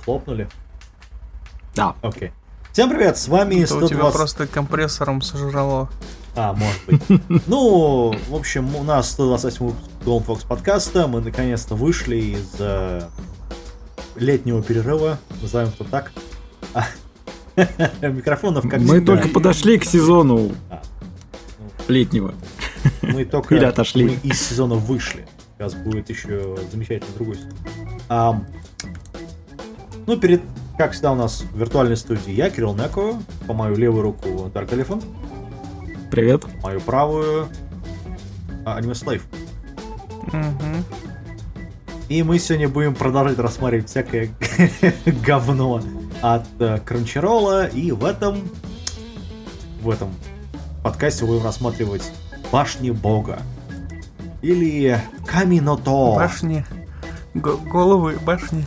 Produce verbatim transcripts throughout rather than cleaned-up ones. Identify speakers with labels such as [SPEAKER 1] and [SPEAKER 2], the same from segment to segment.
[SPEAKER 1] хлопнули?
[SPEAKER 2] Да.
[SPEAKER 1] Окей. Всем привет, с вами
[SPEAKER 3] Это
[SPEAKER 1] сто двадцать...
[SPEAKER 3] у тебя просто компрессором сожрало.
[SPEAKER 1] А, может быть. Ну, в общем, у нас сто двадцать восьмой выпуск Golden Fox подкаста. Мы наконец-то вышли из э, летнего перерыва, назовем это так. Микрофонов как
[SPEAKER 2] Мы
[SPEAKER 1] всегда.
[SPEAKER 2] только подошли к сезону
[SPEAKER 1] А, ну,
[SPEAKER 2] летнего.
[SPEAKER 1] Мы только
[SPEAKER 2] Или отошли.
[SPEAKER 1] мы из сезона вышли. Сейчас будет еще замечательный другой сезон. А, ну, перед, как всегда, у нас в виртуальной студии я, Кирилл Неко, по мою левую руку Dark Elephant,
[SPEAKER 2] Привет.
[SPEAKER 1] по мою правую а, Anime Slave.
[SPEAKER 3] Угу.
[SPEAKER 1] И мы сегодня будем продолжать рассматривать всякое говно от uh, Crunchyroll, и в этом в этом подкасте будем рассматривать Башни Бога. Или Каминото.
[SPEAKER 3] Башни. Г- головы башни.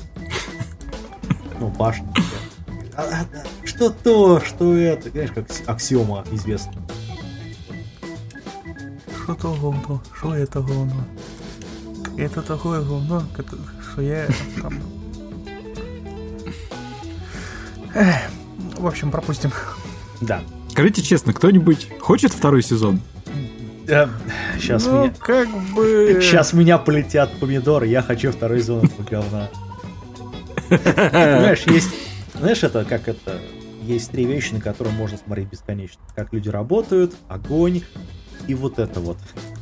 [SPEAKER 1] Ну, башни. А, а, что то, что это, знаешь, как аксиома известна.
[SPEAKER 3] Что то говно? Что это говно? Это такое говно, что я там... Эх, в общем, пропустим.
[SPEAKER 1] Да.
[SPEAKER 2] Скажите честно, кто-нибудь хочет второй сезон?
[SPEAKER 1] Сейчас
[SPEAKER 3] ну,
[SPEAKER 1] меня...
[SPEAKER 3] как бы...
[SPEAKER 1] Сейчас меня полетят помидоры, я хочу второй сезон этого говна. Понимаешь, есть... Знаешь, это как это... Есть три вещи, на которые можно смотреть бесконечно. Как люди работают, огонь и вот это вот.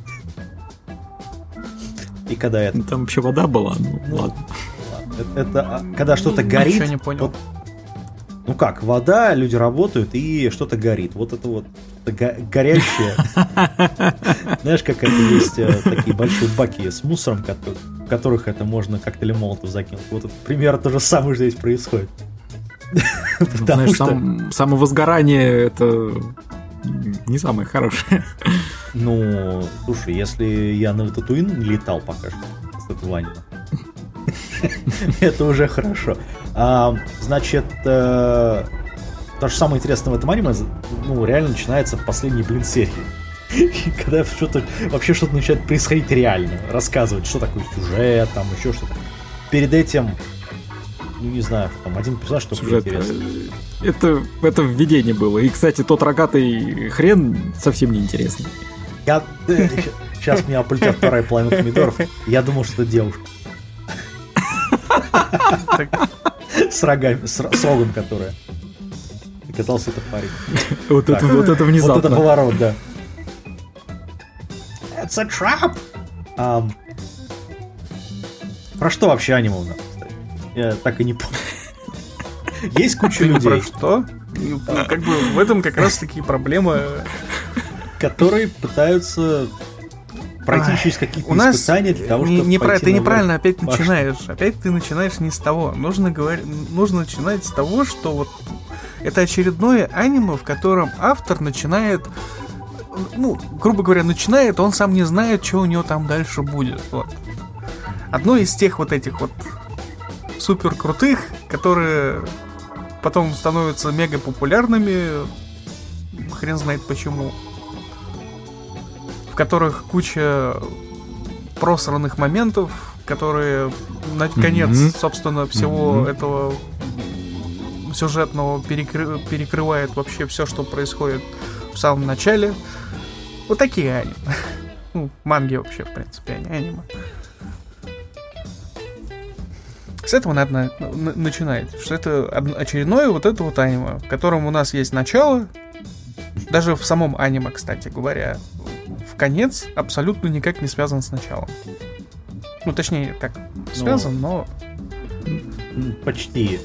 [SPEAKER 1] И когда это...
[SPEAKER 2] Там вообще вода была, ну,
[SPEAKER 1] Ну,
[SPEAKER 2] ладно.
[SPEAKER 1] ладно. Это, это когда что-то горит...
[SPEAKER 3] Ничего не понял.
[SPEAKER 1] Вот, ну как, вода, люди работают и что-то горит. Вот это вот это го- горящее. Знаешь, как это есть э, такие большие баки с мусором, ко- в которых это можно коктейлем молотов закинуть. Вот это примерно то же самое здесь происходит.
[SPEAKER 2] Ну,
[SPEAKER 1] Потому
[SPEAKER 2] знаешь,
[SPEAKER 1] что,
[SPEAKER 2] сам- самовозгорание это не самое хорошее.
[SPEAKER 1] ну, слушай, если я на Татуин не летал пока что с этого аниме, это уже хорошо. А, значит, э, то же самое интересное в этом аниме, ну, реально начинается в последней, блин, серии. Когда что-то, вообще что-то начинает происходить реально. Рассказывать, что такое сюжет, там, еще что-то. Перед этим, ну, не знаю, там, один персонаж, что
[SPEAKER 2] Сюжет,
[SPEAKER 1] интересно.
[SPEAKER 2] э, это, это введение было. И, кстати, тот рогатый хрен совсем не интересный.
[SPEAKER 1] Я, сейчас меня полетят вторая половина помидоров. Я думал, что это девушка. С рогами, с, с рогом, которая. Оказался это парень.
[SPEAKER 2] Вот
[SPEAKER 1] Так.
[SPEAKER 2] это, вот это внезапно.
[SPEAKER 1] Вот это поворот, да. It's a trap! Ам, Про что вообще аниме у нас, кстати? Я так и не понял. Есть куча
[SPEAKER 3] Ты
[SPEAKER 1] людей,
[SPEAKER 3] про что? Ну, как бы в этом как раз таки проблема.
[SPEAKER 1] которые пытаются пройти
[SPEAKER 3] Ай,
[SPEAKER 1] через какие-то
[SPEAKER 3] у нас
[SPEAKER 1] испытания для того,
[SPEAKER 3] не,
[SPEAKER 1] чтобы
[SPEAKER 3] не про-
[SPEAKER 1] пойти
[SPEAKER 3] ты
[SPEAKER 1] на
[SPEAKER 3] неправильно
[SPEAKER 1] уровень
[SPEAKER 3] опять
[SPEAKER 1] башни.
[SPEAKER 3] начинаешь. Опять ты начинаешь не с того. Нужно говорить, нужно начинать с того, что вот это очередное аниме, в котором автор начинает, ну, грубо говоря, начинает, он сам не знает, что у него там дальше будет. Вот. Одно из тех вот этих вот супер крутых, которые потом становятся мега популярными, хрен знает почему, в которых куча просранных моментов, которые на конец,
[SPEAKER 2] Мгм.
[SPEAKER 3] собственно, всего
[SPEAKER 2] Мгм.
[SPEAKER 3] этого сюжетного перекры- перекрывает вообще все, что происходит в самом начале. Вот такие аниме. Ну, манги вообще, в принципе, а не аниме. С этого надо на- на- начинать. Что это од- очередное вот это вот аниме, в котором у нас есть начало. Даже в самом аниме, кстати говоря, в конец абсолютно никак не связан с началом. Ну, точнее, как, связан, но...
[SPEAKER 1] М, Почти.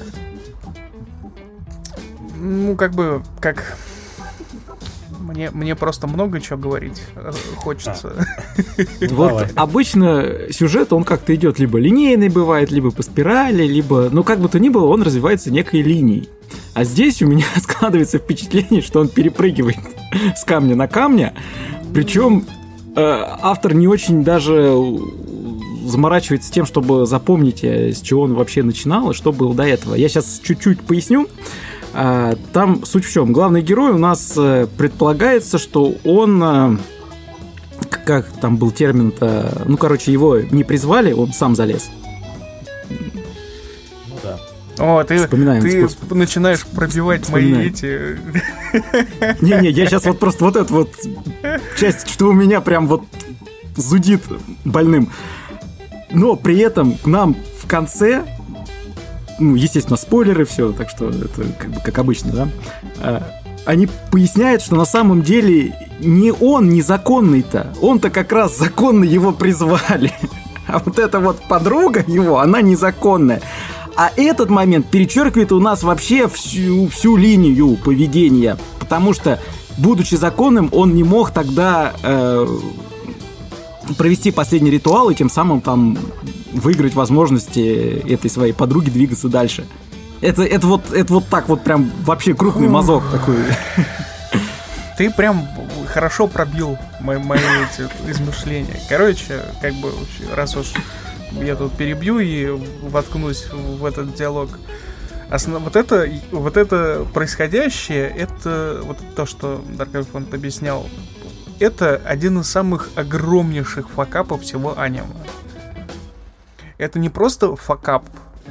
[SPEAKER 3] Ну, как бы, как... Мне, мне просто много чего говорить э, хочется.
[SPEAKER 2] Вот
[SPEAKER 1] Давай.
[SPEAKER 2] обычно сюжет, он как-то идет либо линейный бывает, либо по спирали, либо, ну как бы то ни было, он развивается некой линией. А здесь у меня складывается впечатление, что он перепрыгивает с камня на камня, причем э, автор не очень даже заморачивается тем, чтобы запомнить, с чего он вообще начинал и что было до этого. Я сейчас чуть-чуть поясню. Там суть в чем? Главный герой у нас предполагается, что он, как там был термин-то, ну, короче, его не призвали, он сам залез.
[SPEAKER 1] Ну да.
[SPEAKER 3] О, ты,
[SPEAKER 2] Вспоминаем
[SPEAKER 3] ты
[SPEAKER 2] способ.
[SPEAKER 3] начинаешь пробивать
[SPEAKER 2] Вспоминаем.
[SPEAKER 3] мои эти...
[SPEAKER 2] Не-не, я сейчас вот просто вот эту вот часть, что у меня прям вот зудит больным. Но при этом к нам в конце, ну, естественно, спойлеры, все, так что это как бы как обычно, да, а, они поясняют, что на самом деле не он незаконный-то, он-то как раз законно его призвали. А вот эта вот подруга его, она незаконная. А этот момент перечеркивает у нас вообще всю, всю линию поведения. Потому что, будучи законным, он не мог тогда э, провести последний ритуал и тем самым там выиграть возможности этой своей подруги двигаться дальше. Это, это, вот, это вот так вот прям вообще крупный мазок такой.
[SPEAKER 3] Ты прям хорошо пробил мои, мои эти измышления. Короче, как бы, раз уж я тут перебью и воткнусь в этот диалог. Основ... Вот, это, вот это происходящее, это вот то, что Даркальфон объяснял, это один из самых огромнейших факапов всего аниме. Это не просто факап,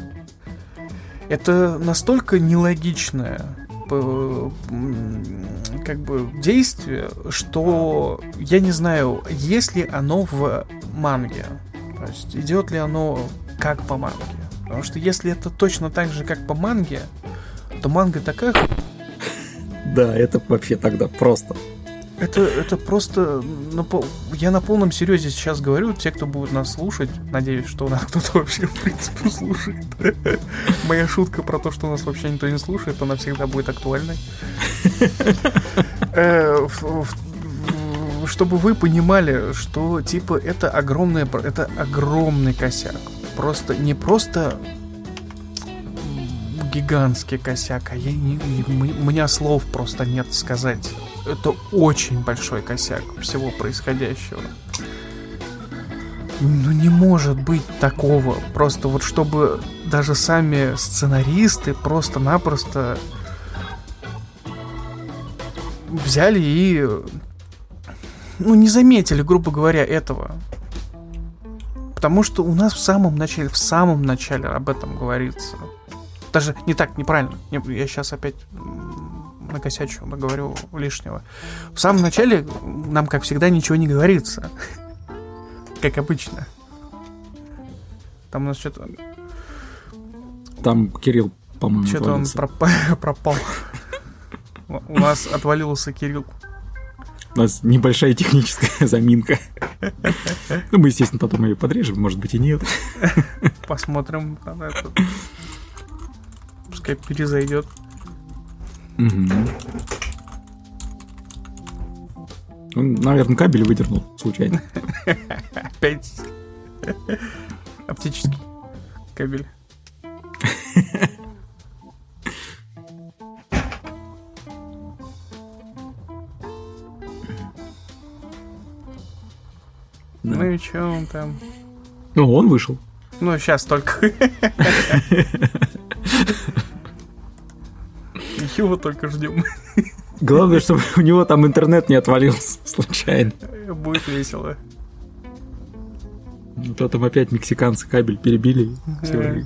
[SPEAKER 3] это настолько нелогичное как бы действие, что я не знаю, есть ли оно в манге. То есть идет ли оно как по манге. Потому что если это точно так же, как по манге, то манга такая...
[SPEAKER 2] Да, это вообще тогда просто.
[SPEAKER 3] Это, это просто... На пол... Я на полном серьезе сейчас говорю, те, кто будет нас слушать, надеюсь, что нас кто-то вообще, в принципе, слушает. Моя шутка про то, что нас вообще никто не слушает, она всегда будет актуальной. Чтобы вы понимали, что, типа, это огромное... Это огромный косяк. Просто... Не просто... гигантский косяк, а я не, у меня слов просто нет сказать. Это очень большой косяк всего происходящего. Ну не может быть такого. Просто вот чтобы даже сами сценаристы просто-напросто взяли и ну не заметили, грубо говоря, этого. Потому что у нас в самом начале, в самом начале об этом говорится. Даже не так, неправильно. Я сейчас опять накосячу, наговорю лишнего. В самом начале нам, как всегда, ничего не говорится. Как обычно. Там у нас что-то...
[SPEAKER 2] Там Кирилл, по-моему,
[SPEAKER 3] Что-то он пропа- пропал. У нас отвалился Кирилл.
[SPEAKER 2] У нас небольшая техническая заминка. Ну, мы, естественно, потом ее подрежем, может быть, и нет.
[SPEAKER 3] Посмотрим. Пускай перезайдет.
[SPEAKER 2] Угу. Он, наверное, кабель выдернул случайно.
[SPEAKER 3] Опять оптический кабель.
[SPEAKER 2] Да.
[SPEAKER 3] Ну и чё он там?
[SPEAKER 2] Ну, он вышел.
[SPEAKER 3] Ну, сейчас только. Его только ждем.
[SPEAKER 2] Главное, чтобы у него там интернет не отвалился случайно.
[SPEAKER 3] Будет весело.
[SPEAKER 2] Ну, то там опять мексиканцы кабель перебили. Все.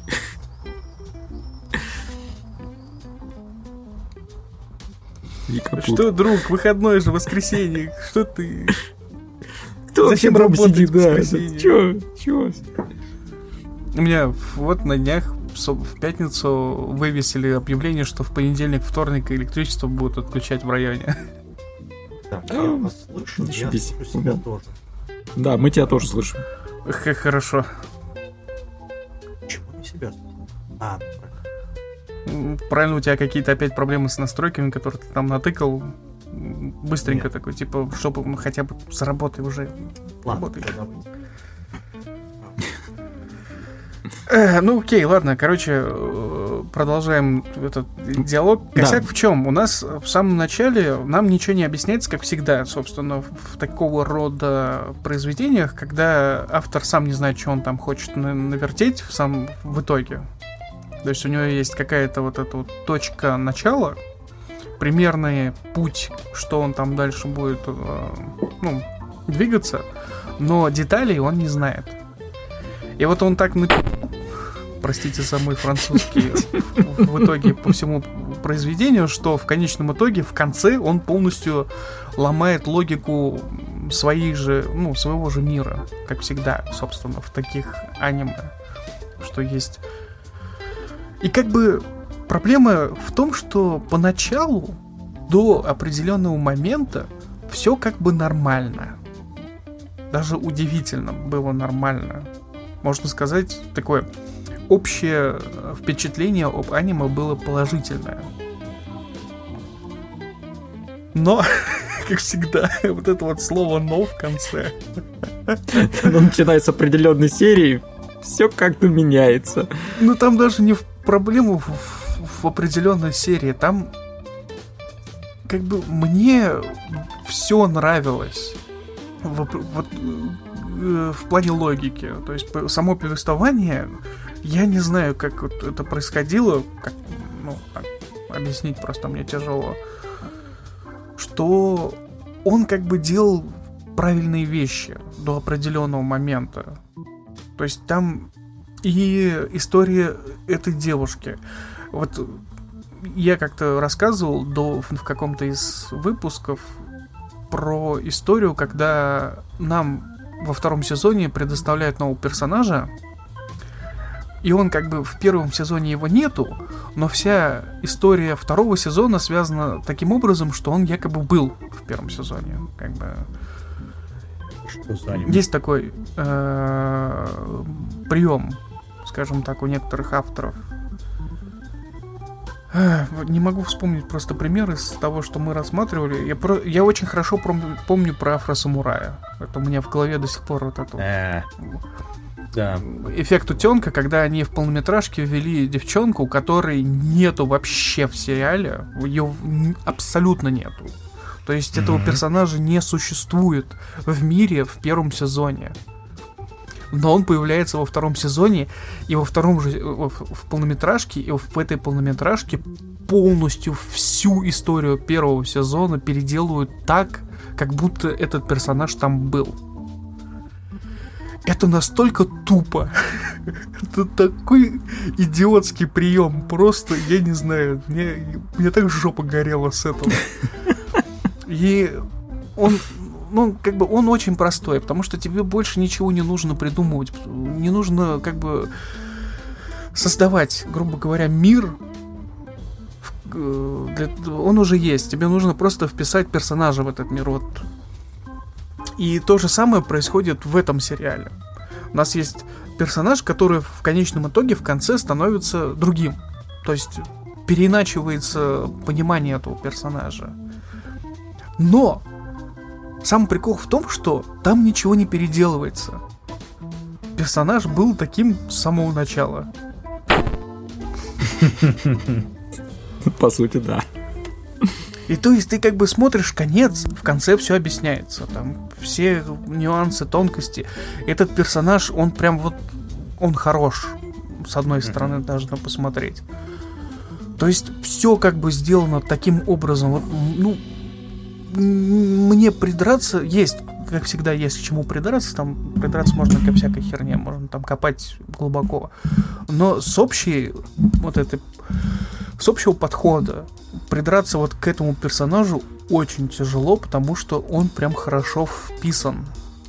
[SPEAKER 3] Что, друг, выходной же, воскресенье. Что ты?
[SPEAKER 2] Кто
[SPEAKER 3] Зачем
[SPEAKER 2] вообще
[SPEAKER 3] работать
[SPEAKER 2] сидит,
[SPEAKER 3] в
[SPEAKER 2] да?
[SPEAKER 3] воскресенье?
[SPEAKER 2] Чё? Чё?
[SPEAKER 3] У меня вот на днях в пятницу вывесили объявление, что в понедельник, вторник электричество будут отключать в районе.
[SPEAKER 1] Да, я вас слышу, я слышу себя тоже.
[SPEAKER 2] Да, мы тебя тоже слышим.
[SPEAKER 3] Как хорошо.
[SPEAKER 1] Почему не себя слышу? А,
[SPEAKER 3] правильно, у тебя какие-то опять проблемы с настройками, которые ты там натыкал. Быстренько. Нет. Такой, типа, чтобы ну, хотя бы с работой уже работай. Э, ну окей, ладно, короче, продолжаем этот диалог. Косяк да. В чем? У нас в самом начале нам ничего не объясняется, как всегда, собственно, в такого рода произведениях, когда автор сам не знает, что он там хочет навертеть в, сам, в итоге. То есть у него есть какая-то вот эта вот точка начала, примерный путь, что он там дальше будет ну, двигаться, но деталей он не знает. И вот он так на... простите за мой французский, в, в итоге по всему произведению, что в конечном итоге, в конце, он полностью ломает логику своей же, ну, своего же мира, как всегда, собственно, в таких аниме, что есть. И как бы проблема в том, что поначалу, до определенного момента, все как бы нормально. Даже удивительно было нормально. Можно сказать, такое общее впечатление об аниме было положительное. Но, как всегда, вот это вот слово «но» в конце.
[SPEAKER 2] Но начиная с определенной серии, все как-то меняется.
[SPEAKER 3] Ну, там даже не в проблему в, в, в определенной серии. Там, как бы, мне все нравилось. В, вот, в плане логики. То есть, само повествование, я не знаю, как вот это происходило, как, ну, объяснить просто мне тяжело, что он как бы делал правильные вещи до определенного момента. То есть там и история этой девушки. Вот я как-то рассказывал до, в каком-то из выпусков про историю, когда нам во втором сезоне предоставляют нового персонажа, и он как бы в первом сезоне его нету, но вся история второго сезона связана таким образом, что он якобы был в первом сезоне. Как бы
[SPEAKER 1] что за аниме?
[SPEAKER 3] Есть такой э, прием, скажем так, у некоторых авторов. Э, не могу вспомнить просто пример из того, что мы рассматривали. Я, про, я очень хорошо помню, помню про Афросамурая. Это у меня в голове до сих пор вот это.
[SPEAKER 1] Э, да.
[SPEAKER 3] Эффект утенка, когда они в полнометражке ввели девчонку, у которой нету вообще в сериале. Ее абсолютно нету. То есть mm-hmm. этого персонажа не существует в мире в первом сезоне. Но он появляется во втором сезоне, и во втором же в, в полнометражке, и в этой полнометражке полностью всю историю первого сезона переделывают так, как будто этот персонаж там был. Это настолько тупо. Это такой идиотский прием. Просто, я не знаю, мне, мне так жопа горела с этого. И он, ну, как бы он очень простой, потому что тебе больше ничего не нужно придумывать. Не нужно, как бы, создавать, грубо говоря, мир. Он уже есть. Тебе нужно просто вписать персонажа в этот мир. Вот. И то же самое происходит в этом сериале. У нас есть персонаж, который в конечном итоге в конце становится другим. То есть переиначивается понимание этого персонажа. Но сам прикол в том, что там ничего не переделывается. Персонаж был таким с самого начала.
[SPEAKER 2] По сути, да.
[SPEAKER 3] И то есть ты как бы смотришь конец, в конце все объясняется. Там все нюансы, тонкости. Этот персонаж, он прям вот, он хорош. С одной стороны, должно посмотреть. То есть все как бы сделано таким образом. Вот, ну, мне придраться есть, как всегда, есть к чему придраться. Там придраться можно ко всякой херне, можно там копать глубоко. Но с общей вот этой, с общего подхода придраться вот к этому персонажу очень тяжело, потому что он прям хорошо вписан.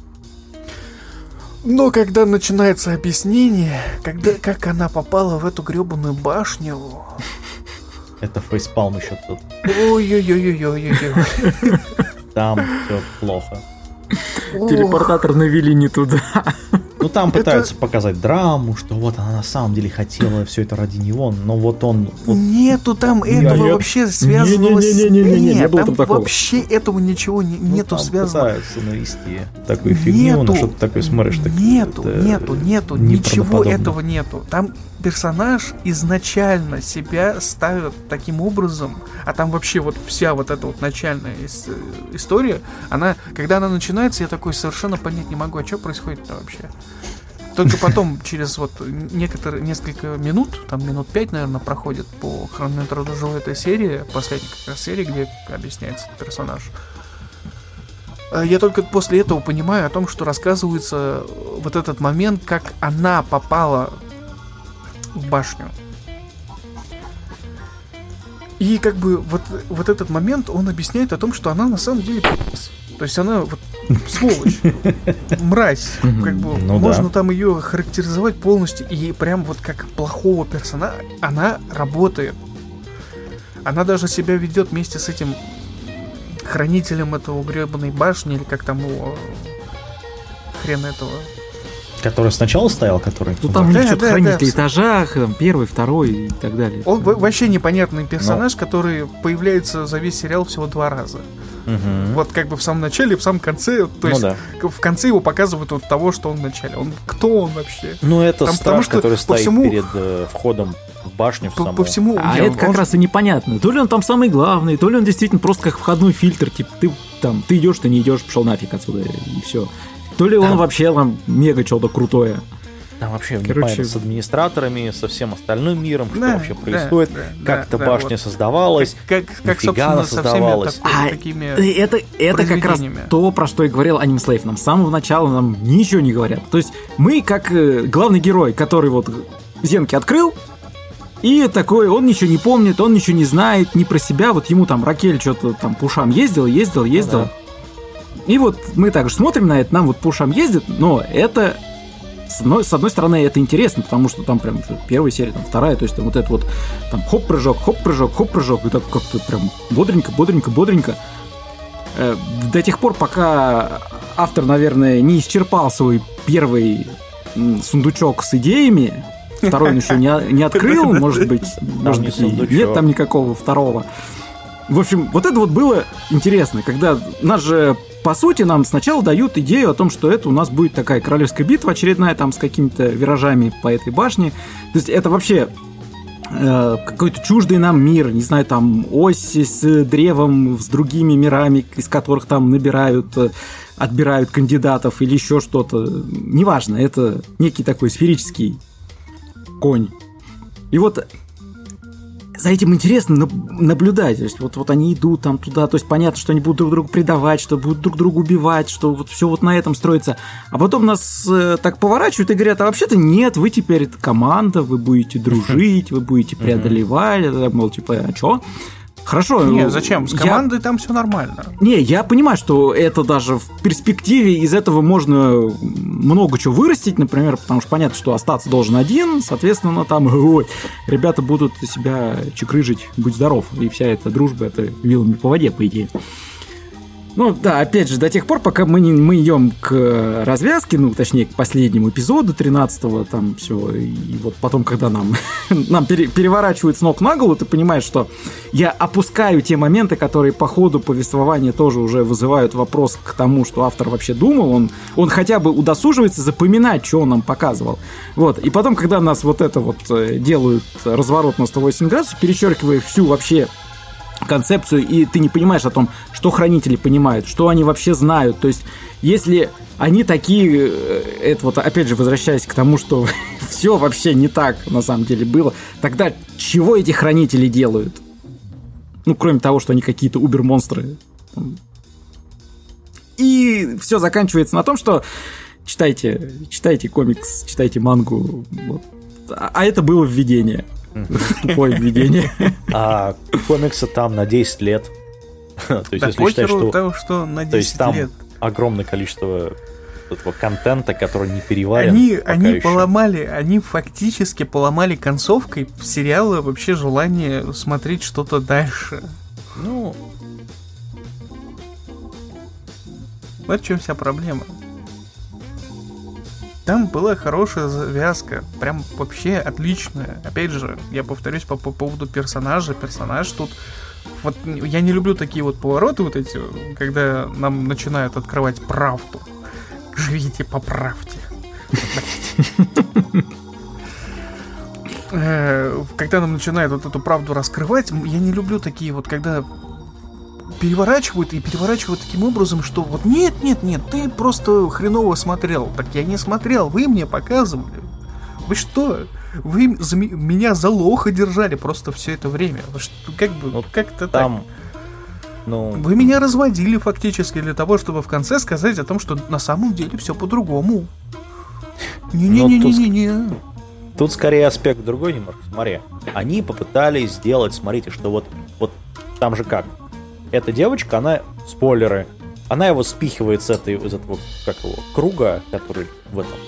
[SPEAKER 3] Но когда начинается объяснение, когда, как она попала в эту гребаную башню...
[SPEAKER 1] Это фейспалм еще тут.
[SPEAKER 3] Ой-ой-ой-ой-ой-ой.
[SPEAKER 1] Там все плохо.
[SPEAKER 2] Телепортатор навели не туда.
[SPEAKER 1] Ну там пытаются это... показать драму, что вот она на самом деле хотела все это ради него, но вот он... Вот...
[SPEAKER 3] Нету там этого нет. Вообще связанного с...
[SPEAKER 2] Не, не, не, не, не,
[SPEAKER 3] там, там вообще этого ничего не, ну, нету связанного.
[SPEAKER 1] Пытаются навести такую фигню, на что ты такой смотришь. Так,
[SPEAKER 3] нету, нету, нету, ничего этого нету. Там персонаж изначально себя ставит таким образом, а там вообще вот вся вот эта вот начальная история, она, когда она начинается, я такой совершенно понять не могу, а что происходит-то вообще? Только потом, через вот некоторые, несколько минут, там минут пять, наверное, проходит по хронометражу этой серии, последней как раз серии, где объясняется персонаж. Я только после этого понимаю о том, что рассказывается вот этот момент, как она попала в башню. И как бы вот, вот этот момент, он объясняет о том, что она на самом деле пи***ц. То есть она вот сволочь, мразь. Как бы
[SPEAKER 1] Ну
[SPEAKER 3] можно
[SPEAKER 1] да.
[SPEAKER 3] там ее характеризовать полностью. И прям вот как плохого персонажа она работает. Она даже себя ведет вместе с этим хранителем этого гребаной башни, или как там его хрен этого.
[SPEAKER 1] Который сначала стоял, который...
[SPEAKER 2] Ну там у них
[SPEAKER 3] Да,
[SPEAKER 2] что-то
[SPEAKER 3] да,
[SPEAKER 2] хранить
[SPEAKER 3] да.
[SPEAKER 2] на этажах, там, первый, второй и так далее.
[SPEAKER 3] Он в- вообще непонятный персонаж, который появляется за весь сериал всего два раза.
[SPEAKER 1] Мгм.
[SPEAKER 3] Вот как бы в самом начале и в самом конце. То
[SPEAKER 1] Ну
[SPEAKER 3] есть
[SPEAKER 1] да.
[SPEAKER 3] к- в конце его показывают вот того, что он в начале. Он кто он вообще?
[SPEAKER 1] Ну, это
[SPEAKER 3] Там,
[SPEAKER 1] страж,
[SPEAKER 3] потому что
[SPEAKER 1] который
[SPEAKER 3] по
[SPEAKER 1] стоит
[SPEAKER 3] всему-
[SPEAKER 1] перед э, входом в башню в
[SPEAKER 3] По,
[SPEAKER 1] саму.
[SPEAKER 3] по всему.
[SPEAKER 2] А
[SPEAKER 3] не,
[SPEAKER 2] это
[SPEAKER 3] он-
[SPEAKER 2] как
[SPEAKER 3] он-
[SPEAKER 2] раз и непонятно. То ли он там самый главный, то ли он действительно просто как входной фильтр, типа ты там, ты идешь, ты не идешь, пошел нафиг отсюда, и все. То ли он
[SPEAKER 1] Там-
[SPEAKER 2] вообще там мега что-то крутое.
[SPEAKER 1] Там вообще
[SPEAKER 2] Короче-
[SPEAKER 1] непонятно с администраторами, со всем остальным миром, что
[SPEAKER 3] Да,
[SPEAKER 1] вообще
[SPEAKER 3] да,
[SPEAKER 1] происходит,
[SPEAKER 3] да,
[SPEAKER 1] как
[SPEAKER 3] да,
[SPEAKER 1] эта
[SPEAKER 3] да,
[SPEAKER 1] башня
[SPEAKER 3] вот.
[SPEAKER 1] создавалась.
[SPEAKER 3] Как, как,
[SPEAKER 1] Нифига
[SPEAKER 3] собственно,
[SPEAKER 1] она
[SPEAKER 3] со всеми
[SPEAKER 1] создавалась.
[SPEAKER 3] так-
[SPEAKER 2] А,
[SPEAKER 3] такими...
[SPEAKER 2] Это, это как раз
[SPEAKER 3] произведениями.
[SPEAKER 2] то, про что и говорил Anime Slave. Нам с самого начала нам ничего не говорят. То есть мы как э, главный герой, который вот зенки открыл, и такой, он ничего не помнит, он ничего не знает, ни про себя. Вот ему там Ракель что-то там по ушам ездил, ездил, ездил.
[SPEAKER 1] да.
[SPEAKER 2] И вот мы также смотрим на это, нам вот по ушам ездит, но это... С одной, с одной стороны, это интересно, потому что там прям первая серия, там вторая, то есть там вот это вот там хоп-прыжок, хоп-прыжок, хоп-прыжок, и так как-то прям бодренько, бодренько, бодренько. Э, До тех пор, пока автор, наверное, не исчерпал свой первый м, сундучок с идеями, второй он еще не, не открыл, может быть, может
[SPEAKER 1] не
[SPEAKER 2] быть, и
[SPEAKER 1] сундучок.
[SPEAKER 2] нет там никакого второго. В общем, вот это вот было интересно, когда нас же, по сути, нам сначала дают идею о том, что это у нас будет такая королевская битва очередная, там, с какими-то виражами по этой башне. То есть это вообще э, какой-то чуждый нам мир, не знаю, там, ось с древом, с другими мирами, из которых там набирают, э, отбирают кандидатов или еще что-то. Неважно, это некий такой сферический конь. И вот за этим интересно наб- наблюдать. То есть вот, вот они идут там туда, то есть понятно, что они будут друг друга предавать, что будут друг друга убивать, что вот все вот на этом строится. А потом нас э, так поворачивают и говорят, а вообще-то нет, вы теперь это команда, вы будете дружить, вы будете преодолевать. Это, мол, типа, а чё? Хорошо.
[SPEAKER 3] Не,
[SPEAKER 2] ну,
[SPEAKER 3] зачем? С
[SPEAKER 2] я-
[SPEAKER 3] командой там все нормально.
[SPEAKER 2] Не, я понимаю, что это даже в перспективе из этого можно много чего вырастить, например, потому что понятно, что остаться должен один, соответственно, там, ой, ребята будут себя чекрыжить, будь здоров, и вся эта дружба, это вилами по воде, по идее. Ну, да, опять же, до тех пор, пока мы, не, мы идем к развязке, ну, точнее, к последнему эпизоду тринадцатого, там все, и вот потом, когда нам, нам пере- переворачивают с ног на голову, ты понимаешь, что я опускаю те моменты, которые по ходу повествования тоже уже вызывают вопрос к тому, что автор вообще думал, он, он хотя бы удосуживается запоминать, что он нам показывал. Вот, и потом, когда нас вот это вот э, делают разворот на сто восемьдесят градусов, перечеркивая всю вообще концепцию, и ты не понимаешь о том, что хранители понимают, что они вообще знают. То есть, если они такие, это вот опять же возвращаясь к тому, что все вообще не так на самом деле было, тогда чего эти хранители делают? Ну, кроме того, что они какие-то убер-монстры. И все заканчивается на том, что читайте, читайте комикс, читайте мангу. Вот. А а это было введение. Тупое введение.
[SPEAKER 1] А комиксы там на десять лет. То есть,
[SPEAKER 3] Да
[SPEAKER 1] если считать,
[SPEAKER 3] похеру
[SPEAKER 1] что...
[SPEAKER 3] того, что на
[SPEAKER 1] То есть
[SPEAKER 3] десять
[SPEAKER 1] там
[SPEAKER 3] лет.
[SPEAKER 1] огромное количество этого контента, который не переварен.
[SPEAKER 3] Они,
[SPEAKER 1] пока
[SPEAKER 3] они
[SPEAKER 1] еще.
[SPEAKER 3] поломали, они фактически поломали концовкой сериала вообще желание смотреть что-то дальше.
[SPEAKER 1] Ну,
[SPEAKER 3] Вот в чем вся проблема. Там была хорошая завязка, прям вообще отличная. Опять же, я повторюсь по, по поводу персонажа. Персонаж тут... Вот я не люблю такие вот повороты вот эти, когда нам начинают открывать правду. Живите по правде. Э, Когда нам начинают вот эту правду раскрывать, я не люблю такие вот, когда переворачивают и переворачивают таким образом, что вот нет, нет, нет, ты просто хреново смотрел. Так я не смотрел, вы мне показывали. Вы что? Вы за ми- меня за лоха держали просто все это время. Вы что, как бы,
[SPEAKER 1] Ну,
[SPEAKER 3] как-то
[SPEAKER 1] там,
[SPEAKER 3] так.
[SPEAKER 1] ну,
[SPEAKER 3] Вы меня разводили фактически для того, чтобы в конце сказать о том, что на самом деле все по-другому. Не-не-не-не-не-не.
[SPEAKER 1] Тут скорее аспект другой немножко. Смотри, они попытались сделать, смотрите, что вот, вот там же как. Эта девочка, она, спойлеры, она его спихивает с этой, из этого, как его, круга, который в этом...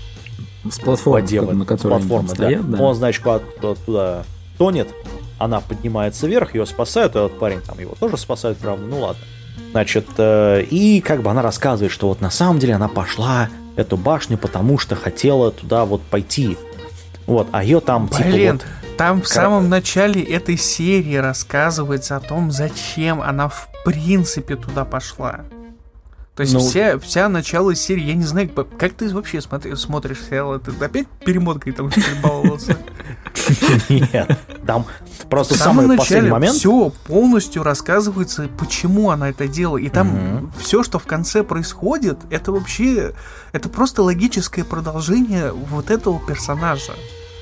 [SPEAKER 2] С платформы,
[SPEAKER 1] воде,
[SPEAKER 2] на которой
[SPEAKER 1] платформы,
[SPEAKER 2] стоят,
[SPEAKER 1] да.
[SPEAKER 2] да.
[SPEAKER 1] Он, значит, куда-то туда тонет, она поднимается вверх, ее спасают, и этот парень там его тоже спасает, правда, ну ладно. Значит, э, и как бы она рассказывает, что вот на самом деле она пошла в эту башню, потому что хотела туда вот пойти. Вот, а ее там
[SPEAKER 3] Блин,
[SPEAKER 1] типа вот...
[SPEAKER 3] там в самом начале этой серии рассказывается о том, зачем она в принципе туда пошла. То есть ну, вся, вся начало серии, я не знаю, как ты вообще смотри, смотришь сериал, ты опять перемоткой там баловался?
[SPEAKER 1] Нет, там просто самый последний момент.
[SPEAKER 3] Все полностью рассказывается, почему она это делала. И там все, что в конце происходит, это вообще, это просто логическое продолжение вот этого персонажа.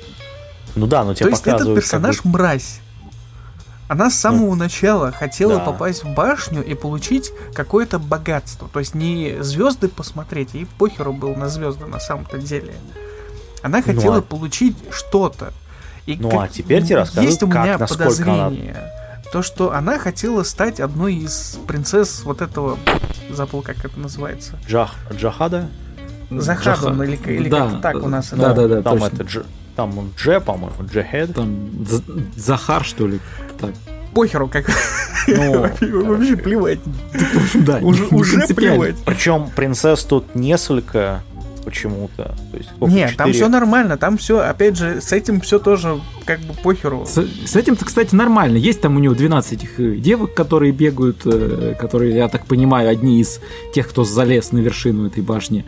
[SPEAKER 1] Ну да, но тебе показывают...
[SPEAKER 3] То есть этот персонаж мразь. Она с самого ну, начала хотела да. попасть в башню и получить какое-то богатство. То есть не звезды посмотреть, ей похеру был на звезды на самом-то деле. Она хотела ну, а... получить что-то. И
[SPEAKER 1] ну
[SPEAKER 3] как...
[SPEAKER 1] а теперь тебе расскажу,
[SPEAKER 3] есть у меня
[SPEAKER 1] как,
[SPEAKER 3] подозрение,
[SPEAKER 1] она...
[SPEAKER 3] то, что она хотела стать одной из принцесс вот этого... Забыл, как это называется.
[SPEAKER 1] Джах... Джахада?
[SPEAKER 3] Захадом, или, или
[SPEAKER 2] да,
[SPEAKER 3] как-то так у нас.
[SPEAKER 2] Да, да, да,
[SPEAKER 1] там
[SPEAKER 2] точно.
[SPEAKER 1] это Дж... Там он Дже, по-моему, Джехед.
[SPEAKER 2] Там Захар, что ли? Так.
[SPEAKER 3] Похеру, как...
[SPEAKER 1] Ну,
[SPEAKER 3] вообще плевать.
[SPEAKER 2] Да,
[SPEAKER 3] уже уже плевать.
[SPEAKER 1] Причем принцесс тут несколько почему-то. То есть,
[SPEAKER 3] нет, там все нормально, там все, опять же, с этим все тоже как бы похеру.
[SPEAKER 2] С, с этим-то, кстати, нормально. Есть там у него двенадцать этих девок, которые бегают, которые, я так понимаю, одни из тех, кто залез на вершину этой башни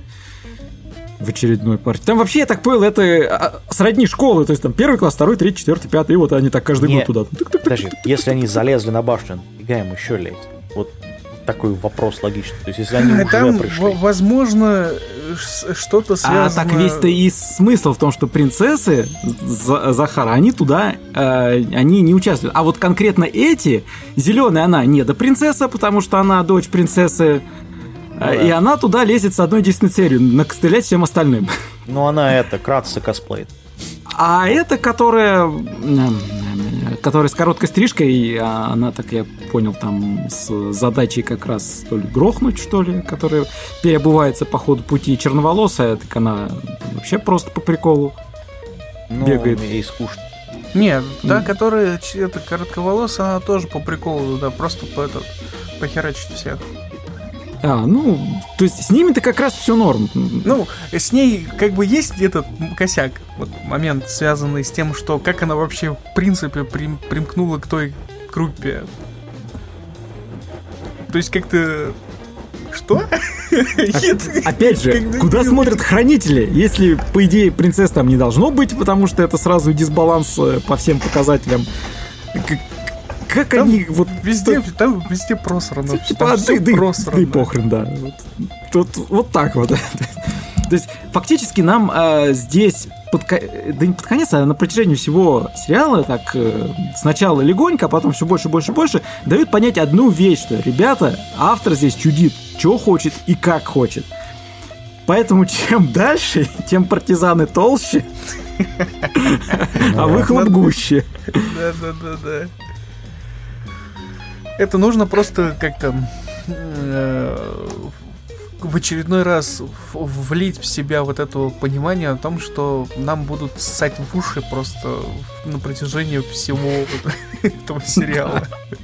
[SPEAKER 2] в очередной партии. Там вообще, я так понял, это сродни школы, то есть там первый класс, второй, третий, четвертый, пятый, и вот они так каждый
[SPEAKER 1] Нет,
[SPEAKER 2] год туда.
[SPEAKER 1] Подожди, если они залезли на башню, фига им еще лезть? Вот такой вопрос логичный. То есть если они
[SPEAKER 3] там,
[SPEAKER 1] уже пришли...
[SPEAKER 3] возможно, что-то связано...
[SPEAKER 2] А так весь-то и смысл в том, что принцессы Захара, они туда, э, они не участвуют. А вот конкретно эти, зеленая она не до принцесса, потому что она дочь принцессы, ну, и да. она туда лезет с одной единственной целью — накостылять всем остальным.
[SPEAKER 1] Ну, она это, кратце косплеит.
[SPEAKER 2] А эта, которая, которая с короткой стрижкой, она, так я понял, там с задачей как раз то ли грохнуть, что ли, которая переобувается по ходу пути, черноволосая, так она вообще просто по приколу
[SPEAKER 1] ну,
[SPEAKER 2] бегает.
[SPEAKER 1] Ей скучно.
[SPEAKER 3] Нет, та, которая это, коротковолосая, она тоже по приколу, да, просто по этот, похерачить всех.
[SPEAKER 2] А, ну, то есть с ними-то как раз все норм.
[SPEAKER 3] Ну, с ней как бы есть этот косяк, вот момент, связанный с тем, что как она вообще в принципе прим, примкнула к той группе. То есть как-то... Что?
[SPEAKER 2] Опять же, куда смотрят хранители? Если, по идее, принцесс там не должно быть, потому что это сразу дисбаланс по всем показателям. Как
[SPEAKER 3] там
[SPEAKER 2] они вот
[SPEAKER 3] везде, там, там везде просрано.
[SPEAKER 2] Типа, да, да, да и похрен, да. Вот, тут вот так вот. То есть фактически нам э, здесь под, да не под конец, а на протяжении всего сериала так э, сначала легонько, а потом все больше, больше, больше дают понять одну вещь, что, ребята, автор здесь чудит, что хочет и как хочет. Поэтому чем дальше, тем партизаны толще, а выхлоп гуще.
[SPEAKER 3] Да, да, да, да. Это нужно просто как-то э, в очередной раз влить в себя вот это понимание о том, что нам будут ссать в уши просто на протяжении всего этого сериала.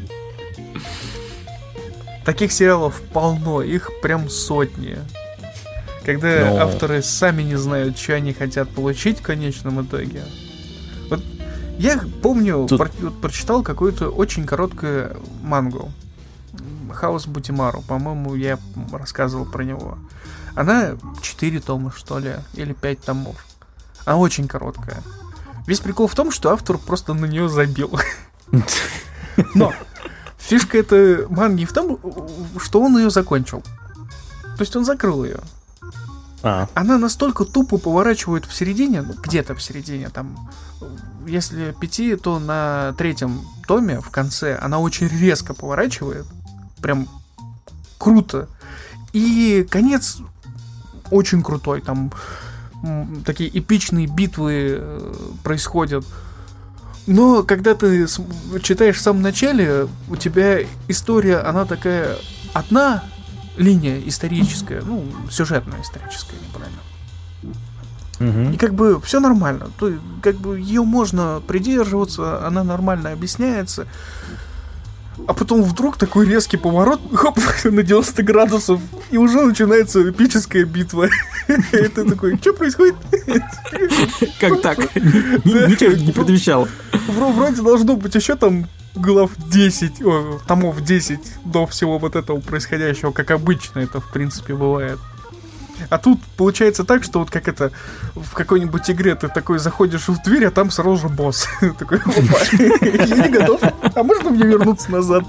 [SPEAKER 3] Таких сериалов полно, их прям сотни. Когда Но... авторы сами не знают, что они хотят получить в конечном итоге. Вот я помню, Тут... про, вот, прочитал какую-то очень короткую мангу. Хаос Бутимару, по-моему, я рассказывал про него. Она четыре тома, что ли, или пять томов. Она очень короткая. Весь прикол в том, что автор просто на нее забил. Но фишка этой манги в том, что он ее закончил. То есть он закрыл ее. А. Она настолько тупо поворачивает в середине, ну, где-то в середине, там, если пяти, то на третьем томе в конце она очень резко поворачивает, прям круто. И конец очень крутой, там м, такие эпичные битвы э, происходят. Но когда ты с- читаешь в самом начале, у тебя история, она такая одна линия историческая, ну, сюжетная историческая, неправильно.
[SPEAKER 1] Мгм.
[SPEAKER 3] И как бы все нормально. То, есть, как бы ее можно придерживаться, она нормально объясняется. А потом вдруг такой резкий поворот, хоп, на девяносто градусов, и уже начинается эпическая битва. И ты такой, что происходит?
[SPEAKER 2] Как так? Ни- Ничего не предвещало.
[SPEAKER 3] Вро- Вроде должно быть еще там глав десять, о, томов десять до всего вот этого происходящего, как обычно это в принципе бывает. А тут получается так, что вот как это в какой-нибудь игре ты такой заходишь в дверь, а там сразу же босс. Такой, опа, я не готов. А можно мне вернуться назад?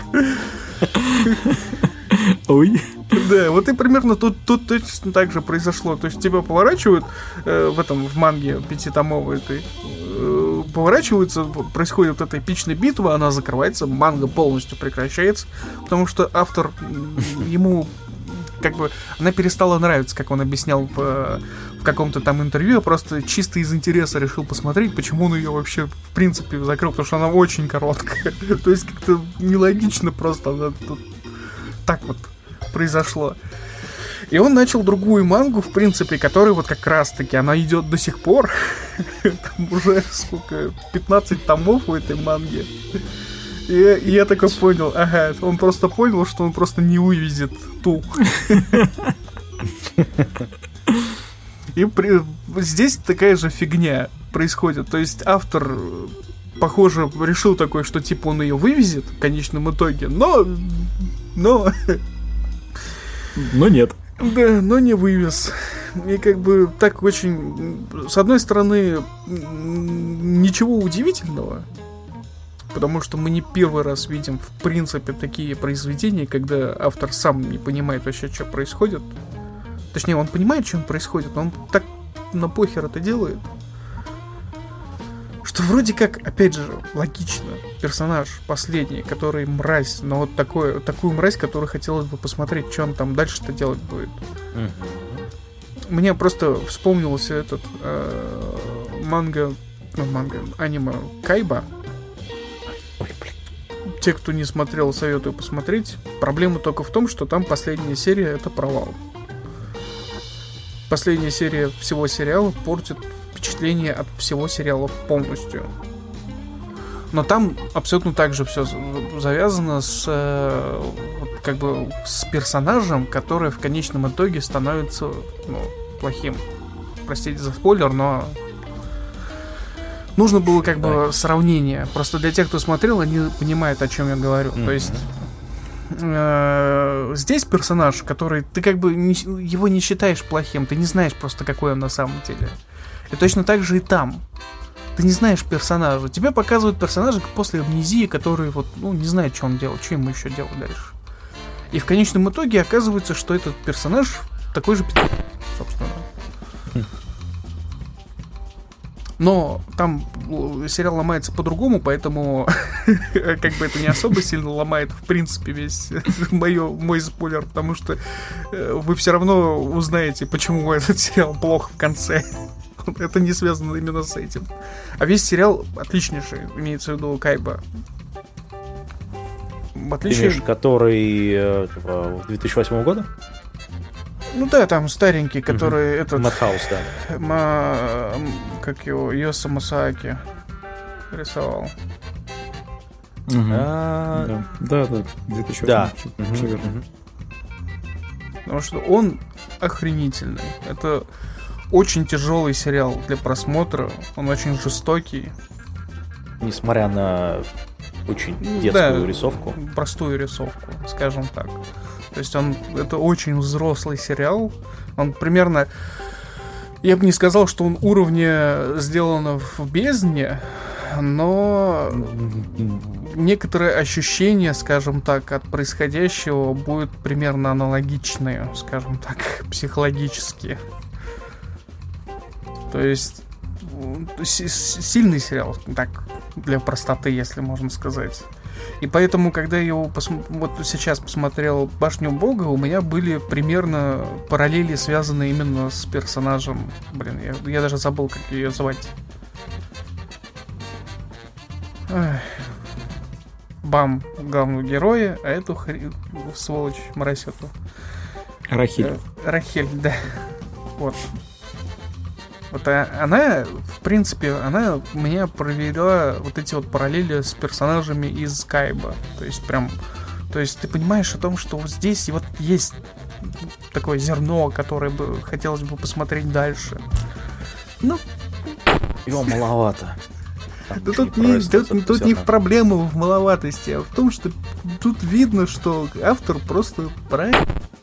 [SPEAKER 2] Ой.
[SPEAKER 3] Да, вот и примерно тут, тут точно так же произошло. То есть тебя поворачивают э, в этом, в манге пятитомовой этой, э, поворачиваются, происходит вот эта эпичная битва, она закрывается, манга полностью прекращается, потому что автор, м, ему как бы, она перестала нравиться, как он объяснял в, в каком-то там интервью, я просто чисто из интереса решил посмотреть, почему он ее вообще в принципе закрыл, потому что она очень короткая. То есть как-то нелогично просто она тут так вот произошло. И он начал другую мангу, в принципе, которая вот как раз-таки, она идет до сих пор. Там уже сколько, пятнадцать томов у этой манги. И, и я такой понял, ага, он просто понял, что он просто не вывезет ту. И при, здесь такая же фигня происходит. То есть автор, похоже, решил такой, что типа он ее вывезет в конечном итоге, но... Но...
[SPEAKER 2] Но нет.
[SPEAKER 3] Да, но не вывез. И как бы так очень... С одной стороны, м, ничего удивительного, потому что мы не первый раз видим, в принципе, такие произведения, когда автор сам не понимает вообще, что происходит. Точнее, он понимает, что происходит, но он так на похер это делает, что вроде как, опять же, логично. Персонаж последний, который мразь, но вот такой, такую мразь, которую хотелось бы посмотреть, что он там дальше-то делать будет.
[SPEAKER 1] Мгм.
[SPEAKER 3] Мне просто вспомнился этот э, манга, ну, манга, аниме Кайба.
[SPEAKER 1] Ой, блин.
[SPEAKER 3] Те, кто не смотрел, советую посмотреть. Проблема только в том, что там последняя серия — это провал. Последняя серия всего сериала портит впечатление от всего сериала полностью. Но там абсолютно так же все завязано с э, вот, как бы с персонажем, который в конечном итоге становится, ну, плохим. Простите за спойлер, но нужно было как бы сравнение. Просто для тех, кто смотрел, они понимают, о чем я говорю. Mm-hmm. То есть э, здесь персонаж, который ты как бы не, его не считаешь плохим, ты не знаешь просто, какой он на самом деле. И точно так же и там. Ты не знаешь персонажа. Тебе показывают персонажа после амнезии, который вот, ну, не знает, что он делал, что ему еще делать дальше. И в конечном итоге оказывается, что этот персонаж такой же пи***, собственно. Но там сериал ломается по-другому, поэтому как бы это не особо сильно ломает, в принципе, весь моё, мой спойлер, потому что вы все равно узнаете, почему этот сериал плох в конце. Это не связано именно с этим. А весь сериал отличнейший, имеется в виду Кайба.
[SPEAKER 1] Отличный. Имеешь, который э, типа, две тысячи восьмого года?
[SPEAKER 3] Ну да, там старенький, который
[SPEAKER 1] угу.
[SPEAKER 3] этот...
[SPEAKER 1] Мадхаус, да.
[SPEAKER 3] Ма... Как его? Йоса Масааки рисовал.
[SPEAKER 2] Угу. А... Да, да, две тысячи восьмой.
[SPEAKER 1] Да.
[SPEAKER 2] Все,
[SPEAKER 1] угу.
[SPEAKER 2] все верно.
[SPEAKER 3] Потому что он охренительный. Это очень тяжелый сериал для просмотра. Он очень жестокий.
[SPEAKER 1] Несмотря на очень детскую
[SPEAKER 3] да,
[SPEAKER 1] рисовку.
[SPEAKER 3] Простую рисовку, скажем так. То есть он, это очень взрослый сериал. Он примерно... Я бы не сказал, что он уровня сделано в бездне, но некоторые ощущения, скажем так, от происходящего будут примерно аналогичные, скажем так, психологически. То есть сильный сериал, так, для простоты, если можно сказать. И поэтому, когда я его пос- вот сейчас посмотрел «Башню Бога», у меня были примерно параллели, связанные именно с персонажем. Блин, я, я даже забыл, как ее звать. Эх. Бам главного героя, а эту хри... сволочь, мразь эту.
[SPEAKER 2] Рахиль.
[SPEAKER 3] Э, Рахель, да. Вот. Вот а, она, в принципе, она меня провела вот эти вот параллели с персонажами из Скайба. То есть прям... То есть ты понимаешь о том, что вот здесь вот есть такое зерно, которое бы хотелось бы посмотреть дальше. Ну...
[SPEAKER 1] Его маловато.
[SPEAKER 3] Да тут, не, тут, тут не в проблему в маловатости, а в том, что тут видно, что автор просто правильно.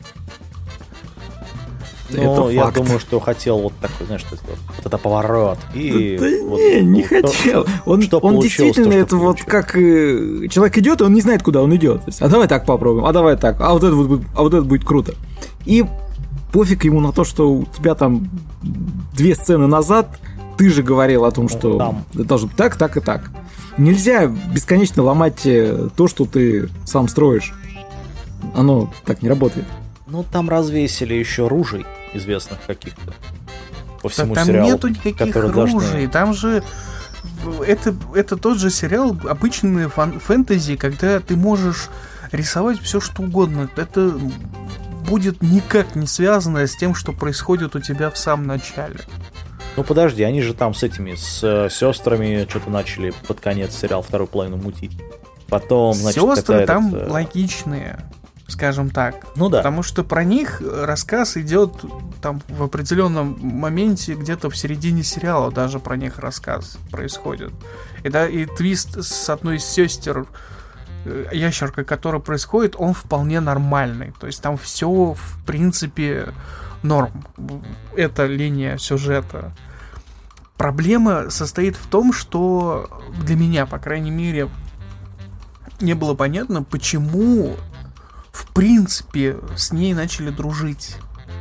[SPEAKER 1] Ну, я
[SPEAKER 2] факт.
[SPEAKER 1] думаю, что хотел вот такой, знаешь, вот, вот это поворот. И
[SPEAKER 2] да
[SPEAKER 1] вот,
[SPEAKER 2] не, не
[SPEAKER 1] вот,
[SPEAKER 2] хотел.
[SPEAKER 1] То,
[SPEAKER 2] он
[SPEAKER 1] что
[SPEAKER 2] он действительно,
[SPEAKER 1] то,
[SPEAKER 2] это вот как э, человек идет, и он не знает, куда он идет. То есть, а давай так попробуем, а давай так, а вот это будет, а вот это будет круто. И пофиг ему на то, что у тебя там две сцены назад ты же говорил о том, что
[SPEAKER 1] там.
[SPEAKER 2] это должно быть так, так и так. Нельзя бесконечно ломать то, что ты сам строишь. Оно так не работает.
[SPEAKER 1] Ну, там развесили еще ружей известных каких-то по всему
[SPEAKER 3] да, там
[SPEAKER 1] сериалу.
[SPEAKER 3] Нету никаких ружей, должны... там же это, это тот же сериал, обычный фан- фэнтези, когда ты можешь рисовать все что угодно. Это будет никак не связано с тем, что происходит у тебя в самом начале.
[SPEAKER 1] Ну подожди, они же там с этими, с э, сестрами что-то начали под конец сериал вторую половину мутить. Потом, значит,
[SPEAKER 3] сестры там
[SPEAKER 1] этот, э...
[SPEAKER 3] логичные, скажем так.
[SPEAKER 1] Ну да.
[SPEAKER 3] Потому что про них рассказ идет там в определенном моменте, где-то в середине сериала даже про них рассказ происходит. И, да, и твист с одной из сестер, ящеркой, который происходит, он вполне нормальный. То есть там все в принципе норм. Это линия сюжета. Проблема состоит в том, что для меня, по крайней мере, не было понятно, почему в принципе с ней начали дружить.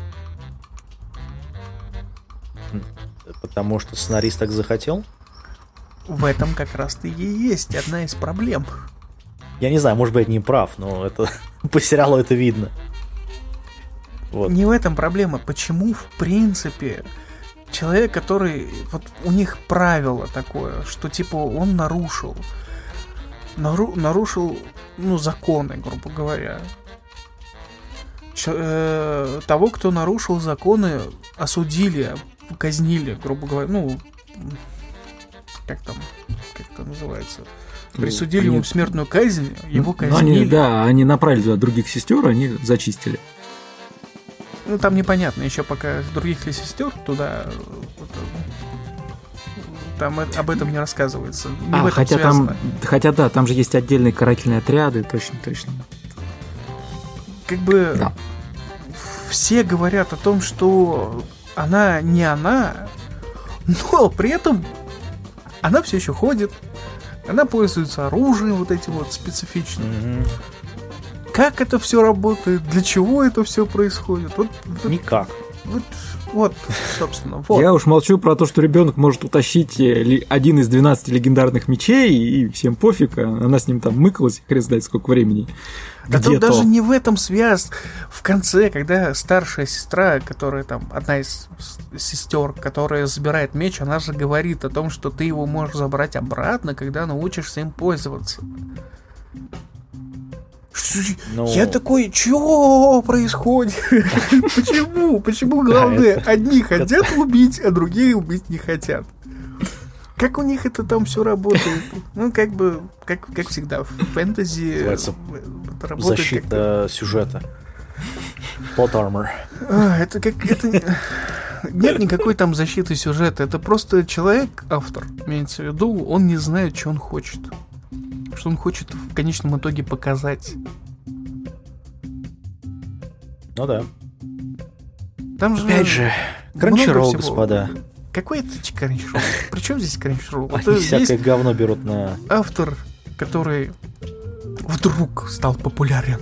[SPEAKER 1] Потому что сценарист так захотел?
[SPEAKER 3] В этом как раз-то и есть одна из проблем.
[SPEAKER 1] Я не знаю, может быть, не прав, но это по сериалу это видно. Вот.
[SPEAKER 3] Не в этом проблема. Почему, в принципе, человек, который... Вот у них правило такое, что, типа, он нарушил. Нару, нарушил, ну, законы, грубо говоря. Ч, э, того, кто нарушил законы, осудили, казнили, грубо говоря. Ну, как там, как это называется? Присудили
[SPEAKER 2] они...
[SPEAKER 3] ему смертную казнь, его казнили.
[SPEAKER 2] Они, да, они направили туда других сестер, они зачистили.
[SPEAKER 3] Ну, там непонятно еще пока других ли сестер туда... Там об этом не рассказывается. Не
[SPEAKER 2] а,
[SPEAKER 3] в этом
[SPEAKER 2] хотя
[SPEAKER 3] связано.
[SPEAKER 2] там, хотя да, там же есть отдельные карательные отряды, точно, точно.
[SPEAKER 3] Как бы
[SPEAKER 2] да.
[SPEAKER 3] Все говорят о том, что она не она, но при этом она все еще ходит, она пользуется оружием вот этим вот специфичным. Mm-hmm. Как это все работает? Для чего это все происходит? Вот,
[SPEAKER 1] Никак.
[SPEAKER 3] Вот, вот, собственно. Вот.
[SPEAKER 2] Я уж молчу про то, что ребенок может утащить один из двенадцати легендарных мечей, и всем пофиг, она с ним там мыкалась, хрен знает сколько времени.
[SPEAKER 3] Да тут даже не в этом связь. В конце, когда старшая сестра, которая там, одна из сестер, которая забирает меч, она же говорит о том, что ты его можешь забрать обратно, когда научишься им пользоваться. Но... Я такой, что происходит? Почему? Почему главное, одни хотят убить, а другие убить не хотят? Как у них это там все работает? Ну, как бы, как, как всегда, в фэнтези это
[SPEAKER 1] работает защита как-то... сюжета. Plot armor.
[SPEAKER 3] А, это как... Это... Нет никакой там защиты сюжета. Это просто человек, автор, имеется в виду, он не знает, что он хочет. Что он хочет в конечном итоге показать.
[SPEAKER 1] Ну да.
[SPEAKER 3] Там же...
[SPEAKER 1] Опять же, Crunchyroll, господа.
[SPEAKER 3] Какой это Crunchyroll? Причем здесь Crunchyroll?
[SPEAKER 1] Они всякое говно берут на...
[SPEAKER 3] Автор, который вдруг стал популярен.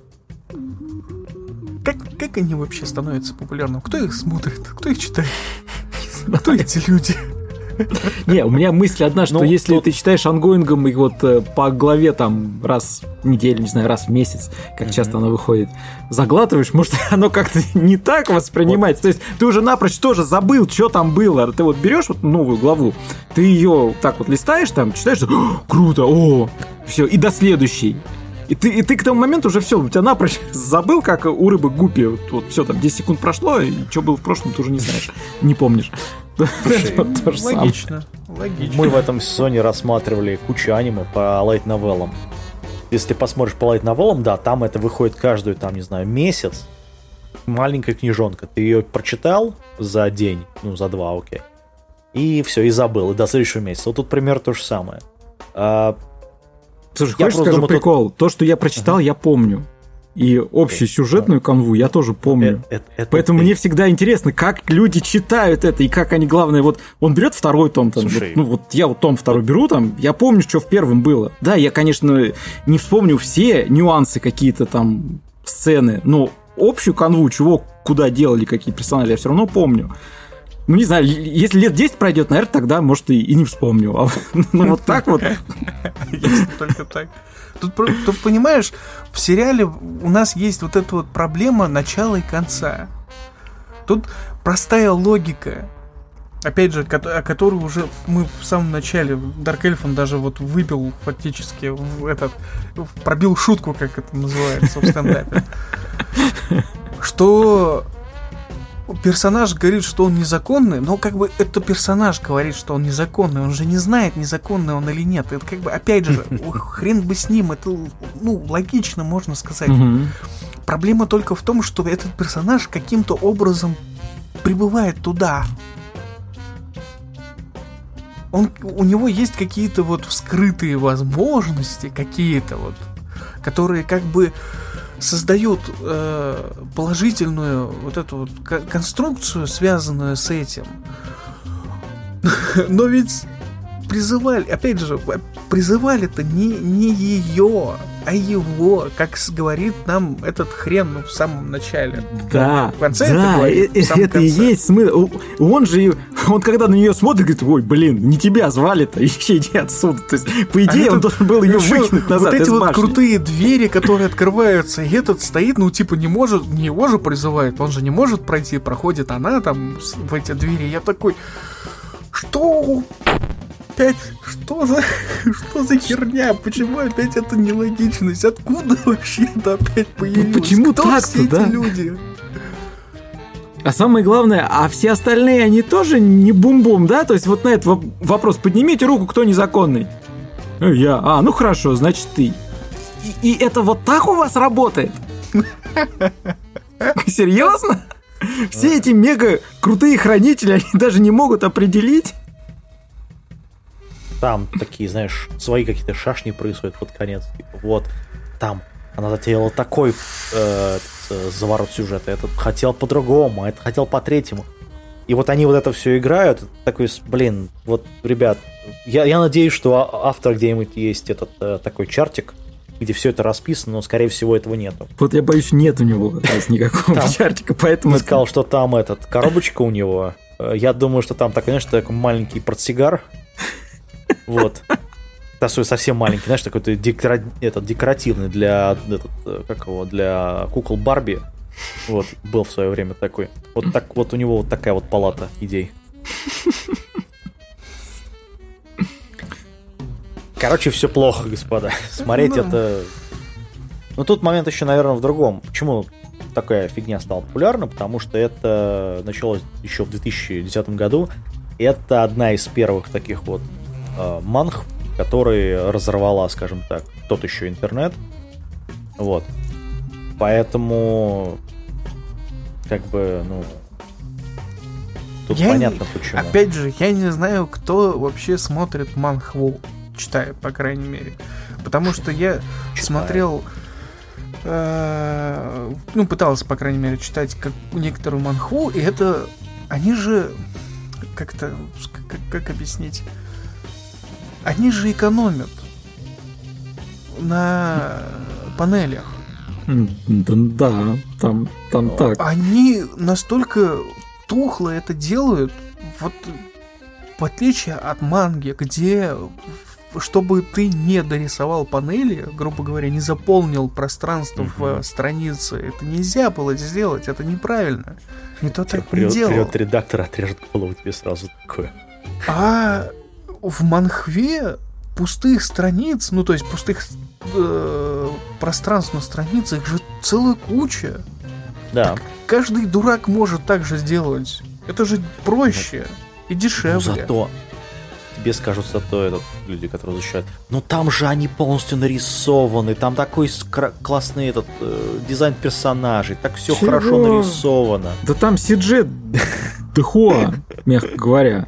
[SPEAKER 3] Как, как они вообще становятся популярными? Кто их смотрит? Кто их читает? Кто эти люди?
[SPEAKER 2] Не, у меня мысль одна, что
[SPEAKER 1] Ну,
[SPEAKER 2] если
[SPEAKER 1] тут-
[SPEAKER 2] ты читаешь ангоингом и вот э, по главе там раз в неделю, не знаю, раз в месяц, как часто оно выходит, заглатываешь, может, оно как-то не так воспринимается. То есть ты уже напрочь тоже забыл, что там было. Ты вот берешь вот новую главу, ты ее так вот листаешь там, читаешь, «О, круто, о, все, и до следующей. И ты, и ты к тому моменту уже все, у тебя напрочь забыл, как у рыбы гуппи. Вот, вот все, там десять секунд прошло, и что было в прошлом, ты уже не знаешь, не помнишь.
[SPEAKER 1] Слушай,
[SPEAKER 2] Вот то же самое.
[SPEAKER 3] Логично. Логично.
[SPEAKER 1] Мы в этом сезоне рассматривали кучу аниме по лайт-новеллам. Если ты посмотришь по лайт-новеллам, да, там это выходит каждую, там, не знаю, месяц. Маленькая книжонка. Ты ее прочитал за день, ну, за два, окей. И все, и забыл, и до следующего месяца. Вот тут примерно то же самое. А,
[SPEAKER 2] Слушай,
[SPEAKER 1] Я
[SPEAKER 2] хочешь
[SPEAKER 1] просто
[SPEAKER 2] скажу
[SPEAKER 1] думаю, тут-
[SPEAKER 2] прикол? То, что я прочитал, я помню. И общую сюжетную канву я тоже помню.
[SPEAKER 1] э- э- это
[SPEAKER 2] Поэтому
[SPEAKER 1] ты-
[SPEAKER 2] мне всегда интересно, как люди читают это, и как они, главное, вот он берет второй том, там,
[SPEAKER 1] Слушай.
[SPEAKER 2] вот, ну вот я вот том второй беру, там, я помню, что в первом было. Да, я, конечно, не вспомню все нюансы какие-то там, сцены, но общую канву, чего, куда делали, какие персонажи, я все равно помню. Ну, не знаю, если лет десять пройдет, наверное, тогда, может, и, и не вспомню. А, ну, вот так вот.
[SPEAKER 3] Если только так. Тут, про- тут, понимаешь, в сериале у нас есть вот эта вот проблема начала и конца. Тут простая логика, опять же, ко- о которой уже мы в самом начале, Dark Elf, он даже вот выбил фактически в этот, в- пробил шутку, как это называется в стендапе, что персонаж говорит, что он незаконный, но как бы это персонаж говорит, что он незаконный, он же не знает, незаконный он или нет. Это как бы, опять же, хрен бы с ним, это, ну, логично, можно сказать.
[SPEAKER 2] Мгм.
[SPEAKER 3] Проблема только в том, что этот персонаж каким-то образом прибывает туда. Он, у него есть какие-то вот скрытые возможности, какие-то вот, которые как бы создают э, положительную вот эту вот ко- конструкцию, связанную с этим. Но ведь призывали, опять же, призывали-то не, не ее, а его, как с- говорит нам этот хрен ну, в самом начале.
[SPEAKER 2] Да,
[SPEAKER 3] В конце это
[SPEAKER 2] да,
[SPEAKER 3] говорит,
[SPEAKER 2] э-
[SPEAKER 3] в самом
[SPEAKER 2] это и
[SPEAKER 3] конце.
[SPEAKER 2] есть смысл. Он же, он когда на нее смотрит, говорит, ой, блин, не тебя звали-то, ищи, иди отсюда. То есть, по идее,
[SPEAKER 3] А
[SPEAKER 2] он
[SPEAKER 3] этот-
[SPEAKER 2] должен был ее
[SPEAKER 3] Ещё
[SPEAKER 2] выкинуть назад
[SPEAKER 3] вот эти
[SPEAKER 2] из
[SPEAKER 3] вот
[SPEAKER 2] башни.
[SPEAKER 3] крутые двери, которые открываются, и этот стоит, ну, типа, не может, не его же призывает, он же не может пройти, проходит она там с- в эти двери. Я такой, что? Опять, что за, что за херня? Почему опять эта нелогичность? Откуда вообще это опять появилось?
[SPEAKER 2] почему
[SPEAKER 3] Кто
[SPEAKER 2] так-то,
[SPEAKER 3] все эти
[SPEAKER 2] да?
[SPEAKER 3] люди?
[SPEAKER 2] А самое главное, а все остальные, они тоже не бум-бум, да? То есть вот на этот воп- вопрос, поднимите руку, кто незаконный. Э, Я. А, ну хорошо, значит ты. И, и это вот так у вас работает? Серьезно? Все эти мега крутые хранители, они даже не могут определить?
[SPEAKER 1] Там такие, знаешь, свои какие-то шашни происходят под конец. Типа, вот, там она затеяла такой э, этот, э, заворот сюжета, этот хотел по-другому, а этот хотел по-третьему. И вот они вот это все играют, такой, блин, вот, ребят, я, я надеюсь, что а- автор где-нибудь есть этот э, такой чартик, где все это расписано, но, скорее всего, этого нету.
[SPEAKER 2] Вот я боюсь, нет у него как раз никакого
[SPEAKER 1] Там.
[SPEAKER 2] чартика, поэтому...
[SPEAKER 1] Он
[SPEAKER 2] это-
[SPEAKER 1] сказал, что там этот, коробочка у него. Э, Я думаю, что там, так, знаешь, такой маленький портсигар. Вот. Такой совсем маленький, знаешь, такой декора... этот, декоративный для, этот, э, как его, для кукол Барби. Вот, был в свое время такой. Вот так вот у него вот такая вот палата идей. Короче, все плохо, господа. Смотреть
[SPEAKER 3] Ну.
[SPEAKER 1] это... Но тут момент еще, наверное, в другом. Почему такая фигня стала популярна? Потому что это началось еще в две тысячи десятом году. Это одна из первых таких вот э, манх, которая разорвала, скажем так, тот еще интернет. Вот. Поэтому, как бы, ну, тут
[SPEAKER 3] Я
[SPEAKER 1] понятно
[SPEAKER 3] не-
[SPEAKER 1] почему.
[SPEAKER 3] Опять же, я не знаю, кто вообще смотрит манхву, читает, по крайней мере. Потому что я
[SPEAKER 1] Читаю.
[SPEAKER 3] смотрел, э, ну, пытался, по крайней мере, читать как некоторую манхву, и это, они же, как-то, как, как объяснить, они же экономят на панелях.
[SPEAKER 2] М, Да, да, там, там так.
[SPEAKER 3] Они настолько тухло это делают, вот в отличие от манги, где, чтобы ты не дорисовал панели, грубо говоря, не заполнил пространство uh-huh. в странице, это нельзя было сделать, это неправильно. Никто так не
[SPEAKER 1] придет,
[SPEAKER 3] делал.
[SPEAKER 1] Придет редактор, отрежет голову тебе сразу такое.
[SPEAKER 3] А в манхве пустых страниц, ну то есть пустых э, пространств на страницах же целая куча.
[SPEAKER 1] Да.
[SPEAKER 3] Так каждый дурак может так же сделать. Это же проще и дешевле.
[SPEAKER 1] Ну, зато тебе скажут, зато этот, люди, которые защищают. Ну там же они полностью нарисованы, там такой скра- классный этот э, дизайн персонажей, так все
[SPEAKER 2] Чего?
[SPEAKER 1] хорошо нарисовано.
[SPEAKER 2] Да там си джи дыхуа, мягко говоря.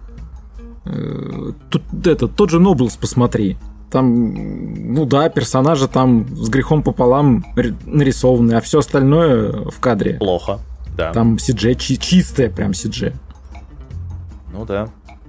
[SPEAKER 2] Тут это, тот же Ноблс посмотри. Там, ну да, персонажи там с грехом пополам нарисованы, а все остальное в кадре.
[SPEAKER 1] Плохо, да.
[SPEAKER 2] Там си джи, чи- чистое прям си джи.
[SPEAKER 1] Ну да.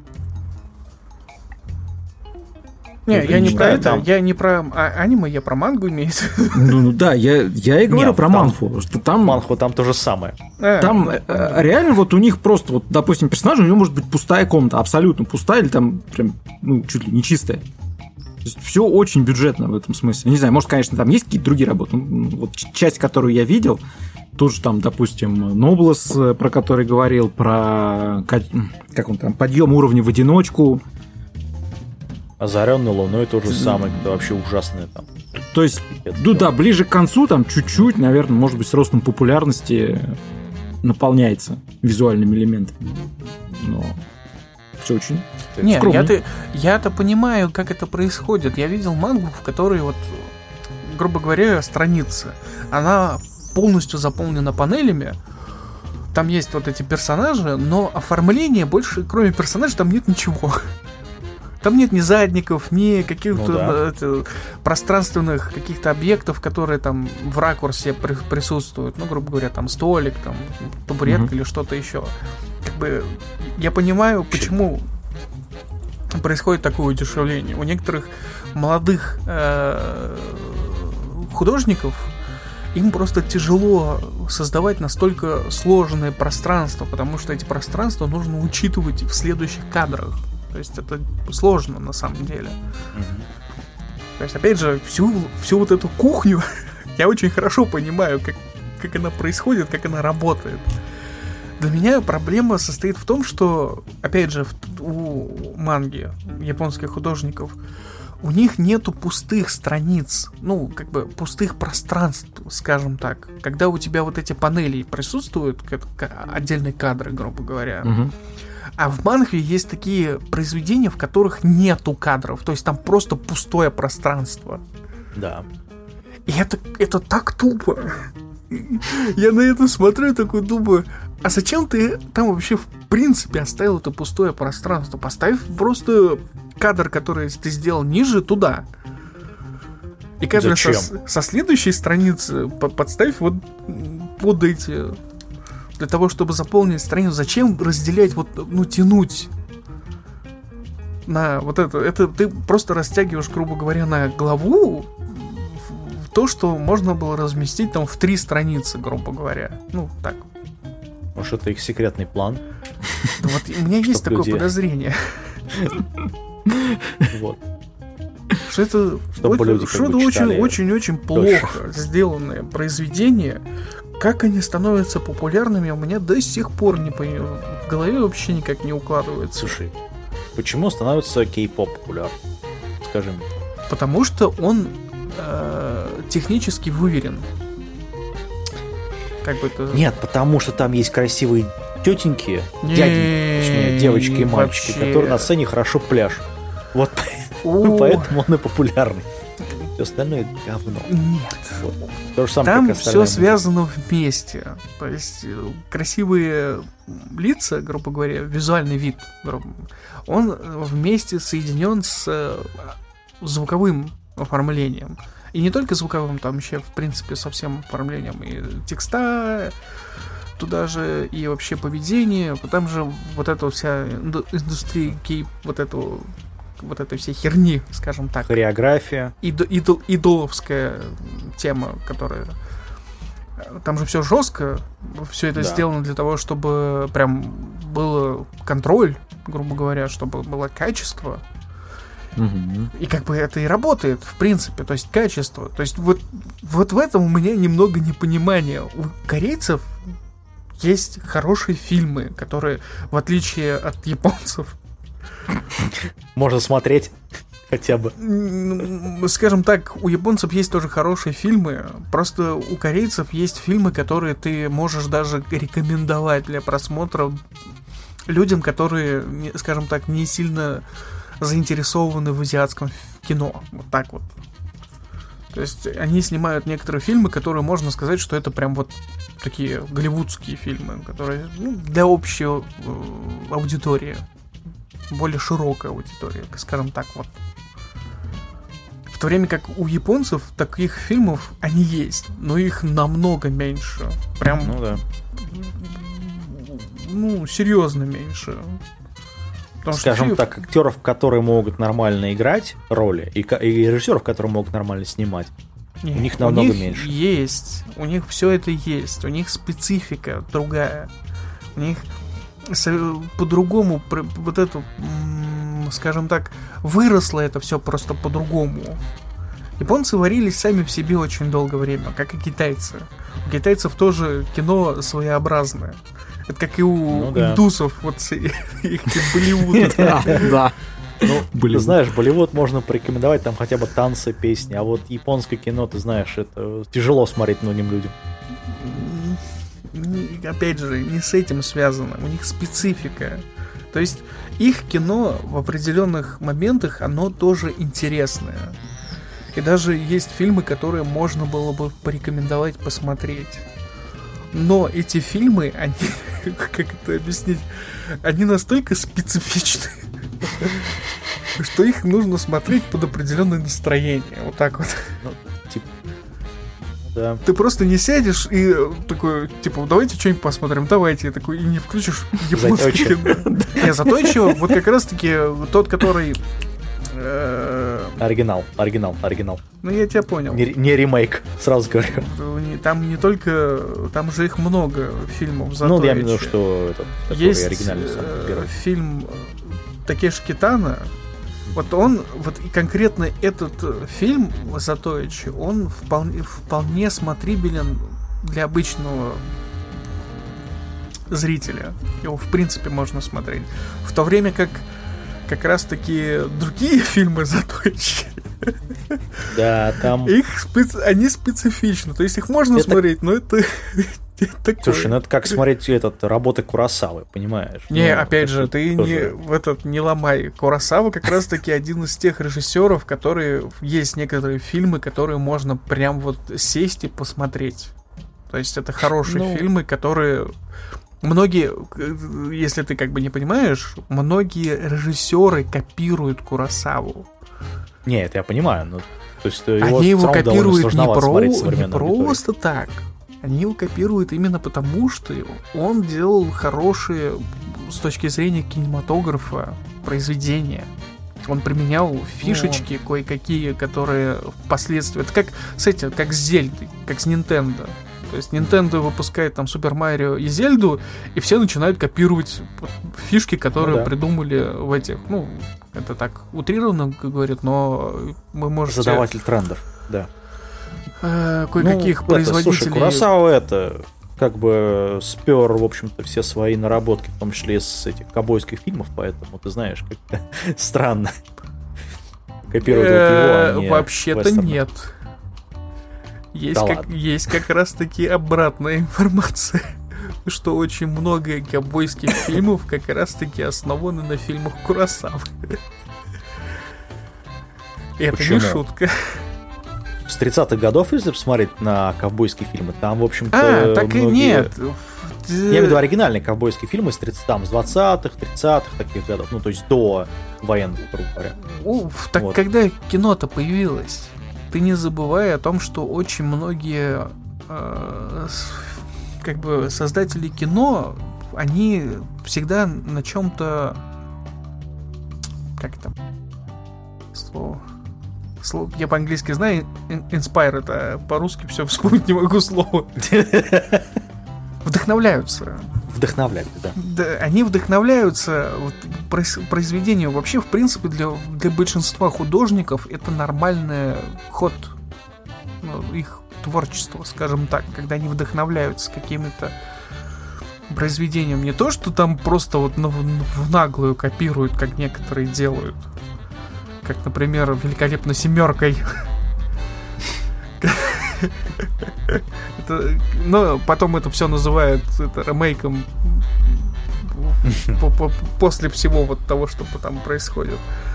[SPEAKER 3] Не,
[SPEAKER 1] Ну,
[SPEAKER 3] я не
[SPEAKER 1] не
[SPEAKER 3] про
[SPEAKER 1] знаю,
[SPEAKER 3] это,
[SPEAKER 1] там-
[SPEAKER 3] я не про а- аниме, я про мангу имею.
[SPEAKER 2] Ну, ну да, я, я и говорю
[SPEAKER 1] Нет,
[SPEAKER 2] про
[SPEAKER 1] там-
[SPEAKER 2] манхву, что там,
[SPEAKER 1] Манхва там то же самое.
[SPEAKER 2] там э, реально вот у них просто, вот, допустим, персонаж, у него может быть пустая комната, абсолютно пустая, или там прям, ну, чуть ли не чистая. То есть все очень бюджетно в этом смысле. Не знаю, может, конечно, там есть какие-то другие работы. Ну, вот часть, которую я видел, тоже там, допустим, Ноблес, про который говорил, про как он там, подъем уровня в одиночку.
[SPEAKER 1] Озаренный луной то же самое, когда вообще ужасное там.
[SPEAKER 2] То есть,
[SPEAKER 1] Это
[SPEAKER 2] ну
[SPEAKER 1] да.
[SPEAKER 2] да, ближе к концу, там чуть-чуть, наверное, может быть, с ростом популярности наполняется визуальными элементами. Но все очень
[SPEAKER 3] Не,
[SPEAKER 2] скромно.
[SPEAKER 3] я-то, я-то понимаю, как это происходит. Я видел мангу, в которой вот, грубо говоря, страница. Она полностью заполнена панелями. Там есть вот эти персонажи, но оформление больше, кроме персонажей, там нет ничего. Там нет ни задников, ни каких-то
[SPEAKER 1] Ну да.
[SPEAKER 3] это, пространственных каких-то объектов, которые там в ракурсе при- присутствуют. Ну, грубо говоря, там столик, там табуретка
[SPEAKER 2] Мгм.
[SPEAKER 3] или что-то еще. Как бы я понимаю, почему происходит такое удешевление. У некоторых молодых э, художников им просто тяжело создавать настолько сложное пространство, потому что эти пространства нужно учитывать в следующих кадрах. То есть это сложно на самом деле.
[SPEAKER 1] Мгм.
[SPEAKER 3] То есть, опять же, всю, всю вот эту кухню я очень хорошо понимаю, как, как она происходит, как она работает. Для меня проблема состоит в том, что, опять же, в- у манги японских художников у них нету пустых страниц, ну, как бы пустых пространств, скажем так. Когда у тебя вот эти панели присутствуют, как, как отдельные кадры, грубо говоря.
[SPEAKER 2] Мгм.
[SPEAKER 3] А в манхве есть такие произведения, в которых нету кадров, то есть там просто пустое пространство.
[SPEAKER 1] Да.
[SPEAKER 3] И это, это так тупо. Я на это смотрю и такой думаю, а зачем ты там вообще в принципе оставил это пустое пространство? Поставь просто кадр, который ты сделал ниже, туда. И кадр со,
[SPEAKER 1] Зачем?
[SPEAKER 3] со следующей страницы по- подставь вот под эти... Для того, чтобы заполнить страницу. Зачем разделять, вот, ну, тянуть на вот это? Это ты просто растягиваешь, грубо говоря, на главу в- в то, что можно было разместить там в три страницы, грубо говоря. Ну, так.
[SPEAKER 1] Может, это их секретный план.
[SPEAKER 3] Ну, вот у меня есть
[SPEAKER 1] Чтоб
[SPEAKER 3] такое
[SPEAKER 1] люди-
[SPEAKER 3] подозрение,
[SPEAKER 1] Вот.
[SPEAKER 3] что это
[SPEAKER 1] Чтобы
[SPEAKER 3] очень-
[SPEAKER 1] люди как
[SPEAKER 3] что
[SPEAKER 1] бы
[SPEAKER 3] это
[SPEAKER 1] читали
[SPEAKER 3] очень-очень-очень плохо сделанное произведение. Как они становятся популярными, у меня до сих пор не понимаю. В голове вообще никак не укладывается.
[SPEAKER 1] Слушай, почему становится кей-поп популярным? Скажи мне.
[SPEAKER 3] Потому что он э, технически выверен. Как бы это...
[SPEAKER 1] Нет, потому что там есть красивые тетеньки,
[SPEAKER 3] Не,
[SPEAKER 1] дяди, точнее, девочки и мальчики,
[SPEAKER 3] вообще.
[SPEAKER 1] которые на сцене хорошо пляшут. Вот
[SPEAKER 3] О,
[SPEAKER 1] поэтому он и популярный. Все остальное говно.
[SPEAKER 3] Нет.
[SPEAKER 1] Вот. То же самое,
[SPEAKER 3] Там
[SPEAKER 1] как
[SPEAKER 3] все
[SPEAKER 1] остальная
[SPEAKER 3] связано вместе. То есть э, красивые лица, грубо говоря, визуальный вид, грубо, он вместе соединен с э, звуковым оформлением. И не только звуковым, там еще, в принципе, со всем оформлением. И текста туда же, и вообще поведение. Там же вот эта вся инду- индустрия кей, вот эту вот этой всей херни, скажем так.
[SPEAKER 1] Хореография.
[SPEAKER 3] Идо- идол- идоловская тема, которая там же все жестко, все это
[SPEAKER 1] Да.
[SPEAKER 3] сделано для того, чтобы прям был контроль, грубо говоря, чтобы было качество.
[SPEAKER 2] Мгм.
[SPEAKER 3] И как бы это и работает, в принципе, то есть качество. То есть вот, вот в этом у меня немного непонимания. У корейцев есть хорошие фильмы, которые, в отличие от японцев,
[SPEAKER 1] Можно смотреть хотя бы.
[SPEAKER 3] м, скажем так, у японцев есть тоже хорошие фильмы, просто у корейцев есть фильмы, которые ты можешь даже рекомендовать для просмотра людям, которые, не- скажем так, не сильно заинтересованы в азиатском ф- кино. Вот так вот. То есть они снимают некоторые фильмы, которые можно сказать, что это прям вот такие голливудские фильмы, которые ну, для общей э, аудитории, более широкой аудитории, скажем так вот. В то время как у японцев таких фильмов они есть, но их намного меньше. Прям,
[SPEAKER 1] Ну да.
[SPEAKER 3] ну, серьезно меньше. Потому что
[SPEAKER 1] Скажем
[SPEAKER 3] фильм-
[SPEAKER 1] так, актеров, которые могут нормально играть роли, и, ка- и режиссеров, которые могут нормально снимать.
[SPEAKER 3] Не,
[SPEAKER 1] У них намного
[SPEAKER 3] них
[SPEAKER 1] меньше.
[SPEAKER 3] Есть, у них все это есть, у них специфика другая, у них со- по-другому пр- вот это, м, скажем так, выросло это все просто по-другому. Японцы варились сами в себе очень долгое время, как и китайцы. У китайцев тоже кино своеобразное. Это как и у
[SPEAKER 1] Ну да.
[SPEAKER 3] индусов, вот с- их Болливуд.
[SPEAKER 2] Да, да.
[SPEAKER 1] Ну,
[SPEAKER 2] Блин.
[SPEAKER 1] ты знаешь, Болливуд можно порекомендовать, там хотя бы танцы, песни, а вот японское кино, ты знаешь, это тяжело смотреть многим людям.
[SPEAKER 3] Не- опять же, не с этим связано. У них специфика. То есть их кино в определенных моментах, оно тоже интересное. И даже есть фильмы, которые можно было бы порекомендовать посмотреть. Но эти фильмы, они, как это объяснить, они настолько специфичны, что их нужно смотреть под определенное настроение. Вот так вот.
[SPEAKER 1] Да.
[SPEAKER 3] Ты просто не сядешь и э, такой, типа, давайте что-нибудь посмотрим, давайте, и такой, и не включишь японское
[SPEAKER 1] Заточи.
[SPEAKER 3] кино. Не, Затойчио, вот как раз-таки тот, который... э,
[SPEAKER 1] Оригинал, оригинал, оригинал.
[SPEAKER 3] Ну, я тебя понял.
[SPEAKER 1] Не, не ремейк, сразу говорю.
[SPEAKER 3] Не- Там не только... Там же их много фильмов
[SPEAKER 1] Ну, я имею в виду,
[SPEAKER 3] Затойчи.
[SPEAKER 1] что этот, который
[SPEAKER 3] Есть
[SPEAKER 1] оригинальный самый
[SPEAKER 3] э,
[SPEAKER 1] первый.
[SPEAKER 3] фильм Такеши Китано. Вот он, вот и конкретно этот э, фильм Затойчи, он вполне, вполне смотрибелен для обычного зрителя. Его, в принципе, можно смотреть. В то время как как раз-таки другие фильмы Затойчи,
[SPEAKER 1] Да, там...
[SPEAKER 3] их специ... они специфичны. То есть их можно
[SPEAKER 1] Это-
[SPEAKER 3] смотреть, но это... такое.
[SPEAKER 1] Слушай, ну это как смотреть этот, работы Куросавы, понимаешь?
[SPEAKER 3] Не,
[SPEAKER 1] Ну,
[SPEAKER 3] опять
[SPEAKER 1] это
[SPEAKER 3] же, ты
[SPEAKER 1] тоже-
[SPEAKER 3] не в этот не ломай. Куросава как раз таки один из тех режиссеров, которые есть некоторые фильмы, которые можно прям вот сесть и посмотреть. То есть это хорошие
[SPEAKER 1] Ну.
[SPEAKER 3] фильмы, которые многие, э, если ты как бы не понимаешь, многие режиссеры копируют Куросаву.
[SPEAKER 1] Не, это я понимаю, но... То есть его
[SPEAKER 3] Они его
[SPEAKER 1] всё равно довольно
[SPEAKER 3] копируют не,
[SPEAKER 1] сложновато
[SPEAKER 3] про...
[SPEAKER 1] смотреть
[SPEAKER 3] не
[SPEAKER 1] современной аудитории.
[SPEAKER 3] просто так. Они его копируют именно потому, что он делал хорошие, с точки зрения кинематографа, произведения. Он применял фишечки кое-какие, которые впоследствии... Это как с этим, как с Зельдой, как с Nintendo. То есть Nintendo выпускает там Супер Марио и Зельду, и все начинают копировать фишки, которые
[SPEAKER 1] Ну да.
[SPEAKER 3] придумали в этих... Ну, это так утрированно говорят, но вы можете...
[SPEAKER 1] Задаватель трендов, да.
[SPEAKER 3] э, кое-каких
[SPEAKER 1] Ну, это,
[SPEAKER 3] производителей...
[SPEAKER 1] слушай, Куросава это как бы спер, в общем-то, все свои наработки, в том числе с этих ковбойских фильмов, поэтому, ты знаешь, как-то странно копировать вот
[SPEAKER 3] Э,
[SPEAKER 1] его, а не
[SPEAKER 3] Вообще-то
[SPEAKER 1] вестерны.
[SPEAKER 3] нет. Есть,
[SPEAKER 1] Да
[SPEAKER 3] как,
[SPEAKER 1] ладно.
[SPEAKER 3] есть как раз таки обратная информация, что очень много ковбойских фильмов как раз таки основаны на фильмах Куросавы. Это
[SPEAKER 1] Почему?
[SPEAKER 3] не шутка.
[SPEAKER 1] С тридцатых годов, если посмотреть на ковбойские фильмы, там, в общем-то,
[SPEAKER 3] А, так и
[SPEAKER 1] многие-
[SPEAKER 3] нет.
[SPEAKER 1] Я имею в виду оригинальные ковбойские фильмы с тридцатых, там, с двадцатых, тридцатых таких годов, ну, то есть до военных, грубо говоря.
[SPEAKER 3] Уф, так
[SPEAKER 1] Вот.
[SPEAKER 3] когда кино-то появилось, ты не забывай о том, что очень многие э, с- как бы создатели кино, они всегда на чем-то, как там слово, Я по-английски знаю, inspired, а по-русски все вспомнить не могу слова. Вдохновляются.
[SPEAKER 1] Вдохновляют, да.
[SPEAKER 3] Да, они вдохновляются вот, произведению. Вообще, в принципе, для, для большинства художников это нормальный ход, ну, их творчества, скажем так, когда они вдохновляются какими-то произведением. Не то, что там просто вот в наглую копируют, как некоторые делают. Как, например, великолепно семеркой. Это, но потом это все называют это, ремейком после всего вот того, что там происходит.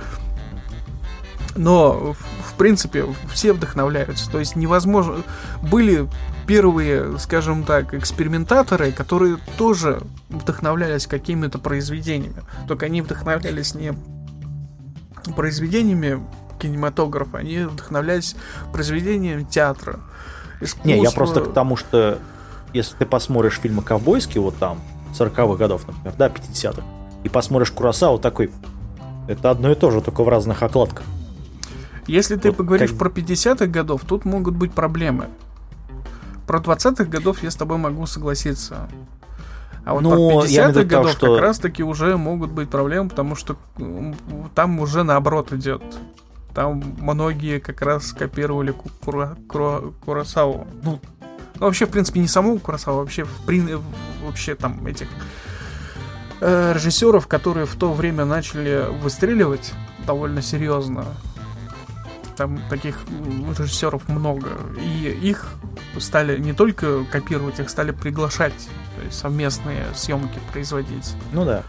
[SPEAKER 3] Но, в принципе, все вдохновляются. То есть невозможно... Были первые, скажем так, экспериментаторы, которые тоже вдохновлялись какими-то произведениями. Только они вдохновлялись не произведениями кинематографа, они вдохновлялись произведениями театра, искусства.
[SPEAKER 1] Не, я просто к тому, что если ты посмотришь фильмы ковбойские, вот там, сороковых годов, например, да, пятидесятых, и посмотришь Куросаву, такой, это одно и то же, только в разных окладках.
[SPEAKER 3] Если ты
[SPEAKER 1] вот
[SPEAKER 3] поговоришь
[SPEAKER 1] как...
[SPEAKER 3] про пятидесятых годов, тут могут быть проблемы. Про двадцатых годов я с тобой могу согласиться. А вот
[SPEAKER 1] ну,
[SPEAKER 3] про пятидесятых годов
[SPEAKER 1] что...
[SPEAKER 3] как раз-таки уже могут быть проблемы, потому что там уже наоборот идет. Там многие как раз копировали Кура... Кура... Куросаву. Ну, ну, вообще, в принципе, не саму Куросаву, вообще, в при... вообще там этих э, режиссеров, которые в то время начали выстреливать довольно серьезно. Там таких режиссеров много. И их стали не только копировать, их стали приглашать, то есть совместные съемки производить.
[SPEAKER 1] Ну да.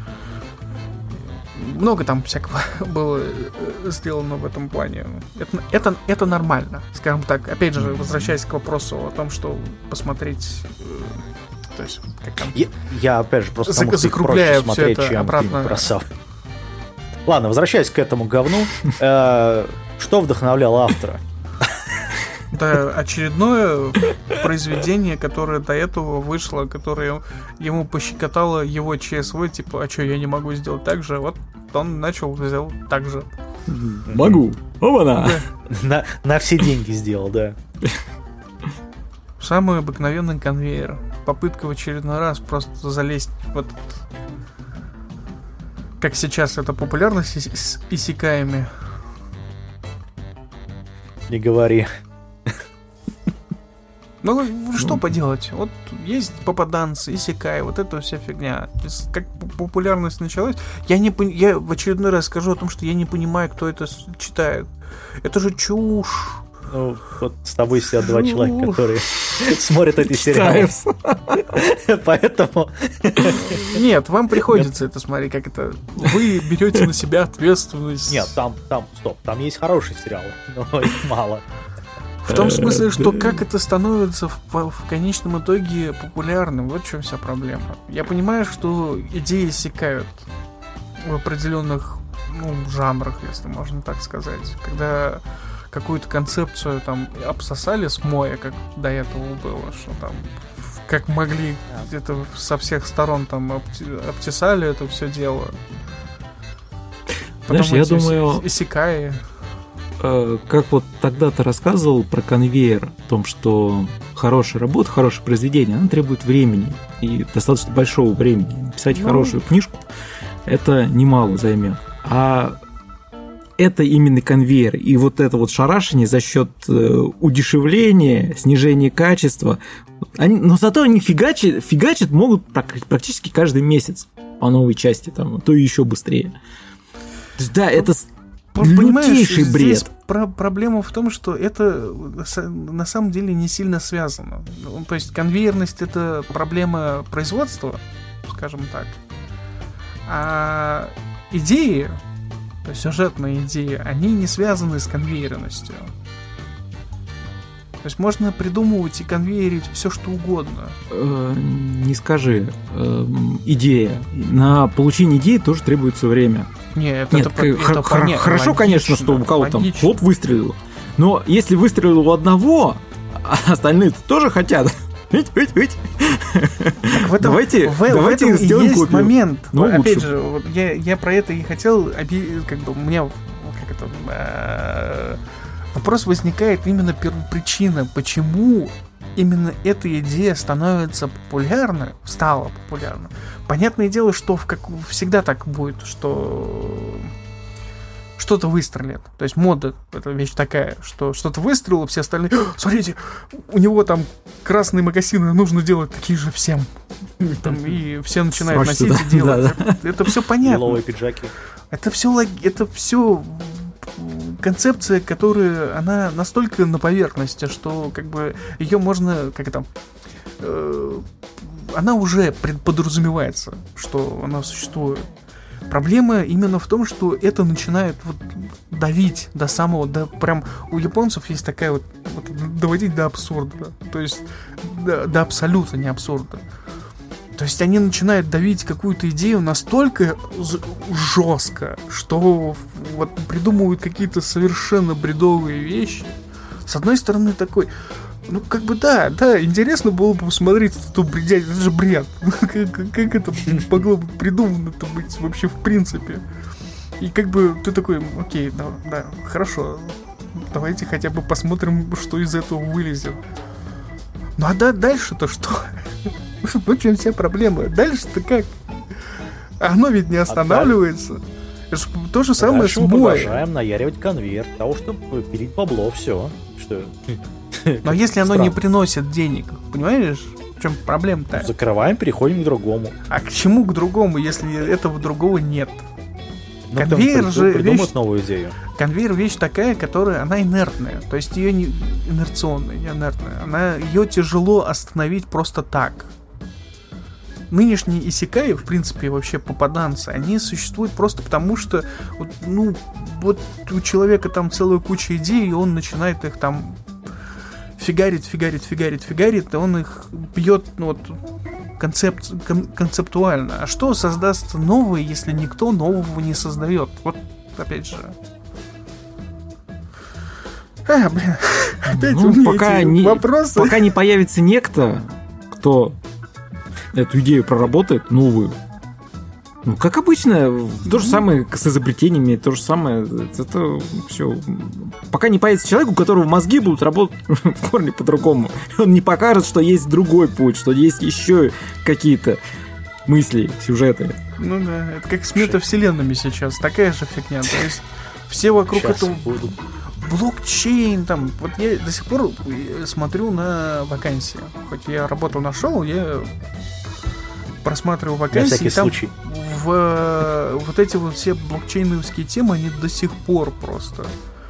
[SPEAKER 3] Много там всякого было сделано в этом плане. Это, это, это нормально, скажем так. Опять же, возвращаясь к вопросу о том, что посмотреть... То есть, как там...
[SPEAKER 1] Я, я опять же, просто
[SPEAKER 3] за, закругляя все это
[SPEAKER 1] чем
[SPEAKER 3] обратно.
[SPEAKER 1] Ладно, возвращаясь к этому говну, что вдохновляло автора?
[SPEAKER 3] Да, очередное произведение, которое до этого вышло, которое ему пощекотало его ЧСВ, типа, а что, я не могу сделать так же? Вот он начал сделать так же.
[SPEAKER 2] Могу. Оба-на.
[SPEAKER 3] Да.
[SPEAKER 1] На, на все деньги сделал, да.
[SPEAKER 3] Самый обыкновенный конвейер. Попытка в очередной раз просто залезть в этот... Как сейчас это популярно с исекаями.
[SPEAKER 1] Не говори.
[SPEAKER 3] Ну, что поделать? Вот есть попаданцы, исекай, вот эта вся фигня. Как популярность началась, я не пон... я в очередной раз скажу о том, что я не понимаю, кто это читает. Это же чушь.
[SPEAKER 1] Ну, вот с тобой сидят два человека, которые смотрят эти сериалы. Поэтому...
[SPEAKER 3] Нет, вам приходится это смотреть, как это... Вы берете на себя ответственность.
[SPEAKER 1] Нет, там, там, стоп, там есть хорошие сериалы, но их мало.
[SPEAKER 3] В том смысле, что как это становится в, в конечном итоге популярным, вот в чем вся проблема. Я понимаю, что идеи иссякают в определенных, ну, жанрах, если можно так сказать. Когда какую-то концепцию там обсосали с моя, как до этого было, что там как могли где-то со всех сторон там обтесали это все дело. Потом
[SPEAKER 2] знаешь, я думаю...
[SPEAKER 3] Иссякаи.
[SPEAKER 2] Как вот тогда ты рассказывал про конвейер, о том, что хорошая работа, хорошее произведение, она требует времени, и достаточно большого времени. Написать ну... хорошую книжку, это немало займет. А это именно конвейер, и вот это вот шарашение за счет удешевления, снижения качества, они, но зато они фигачат, фигачат могут практически каждый месяц по новой части, там, то и еще быстрее. То есть, да, это... Лютейший бред.
[SPEAKER 3] Здесь про- проблема в том, что это на самом деле не сильно связано. То есть конвейерность — это проблема производства, скажем так. А идеи, то есть сюжетные идеи, они не связаны с конвейерностью. То есть можно придумывать и конвейерить все, что угодно.
[SPEAKER 2] Э, не скажи. Э, идея. На получение идеи тоже требуется время.
[SPEAKER 3] Нет,
[SPEAKER 2] Нет,
[SPEAKER 3] это,
[SPEAKER 2] х-
[SPEAKER 3] это
[SPEAKER 2] х-
[SPEAKER 3] понятно,
[SPEAKER 2] хорошо,
[SPEAKER 3] логично,
[SPEAKER 2] конечно, что у кого-то там хлоп выстрелил. Но если выстрелил у одного, а остальные тоже хотят. Так
[SPEAKER 3] в этом,
[SPEAKER 2] давайте,
[SPEAKER 3] в,
[SPEAKER 2] давайте
[SPEAKER 3] в этом
[SPEAKER 2] сделаем
[SPEAKER 3] и есть
[SPEAKER 2] копию.
[SPEAKER 3] момент.
[SPEAKER 2] Ну,
[SPEAKER 3] опять
[SPEAKER 2] лучше.
[SPEAKER 3] же, вот я, я про это и хотел, как бы у меня как как это... Э, вопрос возникает именно первопричина, почему именно эта идея становится популярной, стала популярной. Понятное дело, что в как, всегда так будет, что что-то выстрелит. То есть мода — это вещь такая, что что-то выстрелило, все остальные: смотрите, у него там красные мокасины, нужно делать такие же всем. Там, и все начинают
[SPEAKER 2] Срочно,
[SPEAKER 3] носить
[SPEAKER 2] да,
[SPEAKER 3] и делать.
[SPEAKER 2] да, да.
[SPEAKER 3] Это, это все понятно.
[SPEAKER 1] Лиловые пиджаки.
[SPEAKER 3] Это все, это все концепция, которая, она настолько на поверхности, что как бы ее можно, как это, э, она уже подразумевается, что она существует. Проблема именно в том, что это начинает вот давить до самого, до прям у японцев есть такая вот, вот доводить до абсурда, то есть до, до абсолюта, не абсурда. То есть они начинают давить какую-то идею настолько жестко, что вот придумывают какие-то совершенно бредовые вещи. С одной стороны, такой, ну как бы да, да, интересно было бы посмотреть эту бредять, это же бред. как, как это могло бы придумано-то быть вообще в принципе? И как бы ты такой, окей, да, да, хорошо, давайте хотя бы посмотрим, что из этого вылезет. Ну а да, дальше-то что? В чем вся проблема? Дальше-то как? Оно ведь не останавливается. Это же то же самое с
[SPEAKER 1] мы
[SPEAKER 3] Моэ.
[SPEAKER 1] продолжаем наяривать конвейер того, чтобы пилить бабло, все. Что?
[SPEAKER 3] Но если оно
[SPEAKER 1] Странно.
[SPEAKER 3] не приносит денег, понимаешь, в чем проблема-то?
[SPEAKER 1] Закрываем, переходим к другому.
[SPEAKER 3] А к чему к другому, если этого другого нет?
[SPEAKER 1] Ну,
[SPEAKER 3] Конвейер
[SPEAKER 1] там
[SPEAKER 3] же
[SPEAKER 1] придум- придумают
[SPEAKER 3] вещь-
[SPEAKER 1] новую идею.
[SPEAKER 3] Конвейер вещь такая, которая, она инертная. То есть ее не инерционная, не инертная. Она, ее тяжело остановить просто так. Нынешние исекаи, в принципе, вообще попаданцы, они существуют просто потому, что вот, ну, вот у человека там целая куча идей, и он начинает их там фигарить, фигарить, фигарить, фигарить, и он их бьет, ну, вот, концепт, кон- концептуально. А что создастся новое, если никто нового не создает? Вот, опять же. А, блин, опять
[SPEAKER 2] Ну,
[SPEAKER 3] у меня
[SPEAKER 2] пока
[SPEAKER 3] эти
[SPEAKER 2] не,
[SPEAKER 3] вопросы.
[SPEAKER 2] пока не появится некто, кто эту идею проработает, новую. Ну, как обычно, то же самое с изобретениями, то же самое. Это все. Пока не появится человек, у которого мозги будут работать в корне по-другому. Он не покажет, что есть другой путь, что есть еще какие-то мысли, сюжеты.
[SPEAKER 3] Ну да, это как с метавселенными сейчас, такая же фигня. То есть все вокруг
[SPEAKER 1] Сейчас
[SPEAKER 3] этого
[SPEAKER 1] будут.
[SPEAKER 3] блокчейн, там, вот я до сих пор смотрю на вакансии. Хоть я работу нашел, я просматриваю
[SPEAKER 1] На
[SPEAKER 3] вакансии,
[SPEAKER 1] всякий
[SPEAKER 3] и там
[SPEAKER 1] случай.
[SPEAKER 3] в, вот эти вот все блокчейновские темы, они до сих пор просто.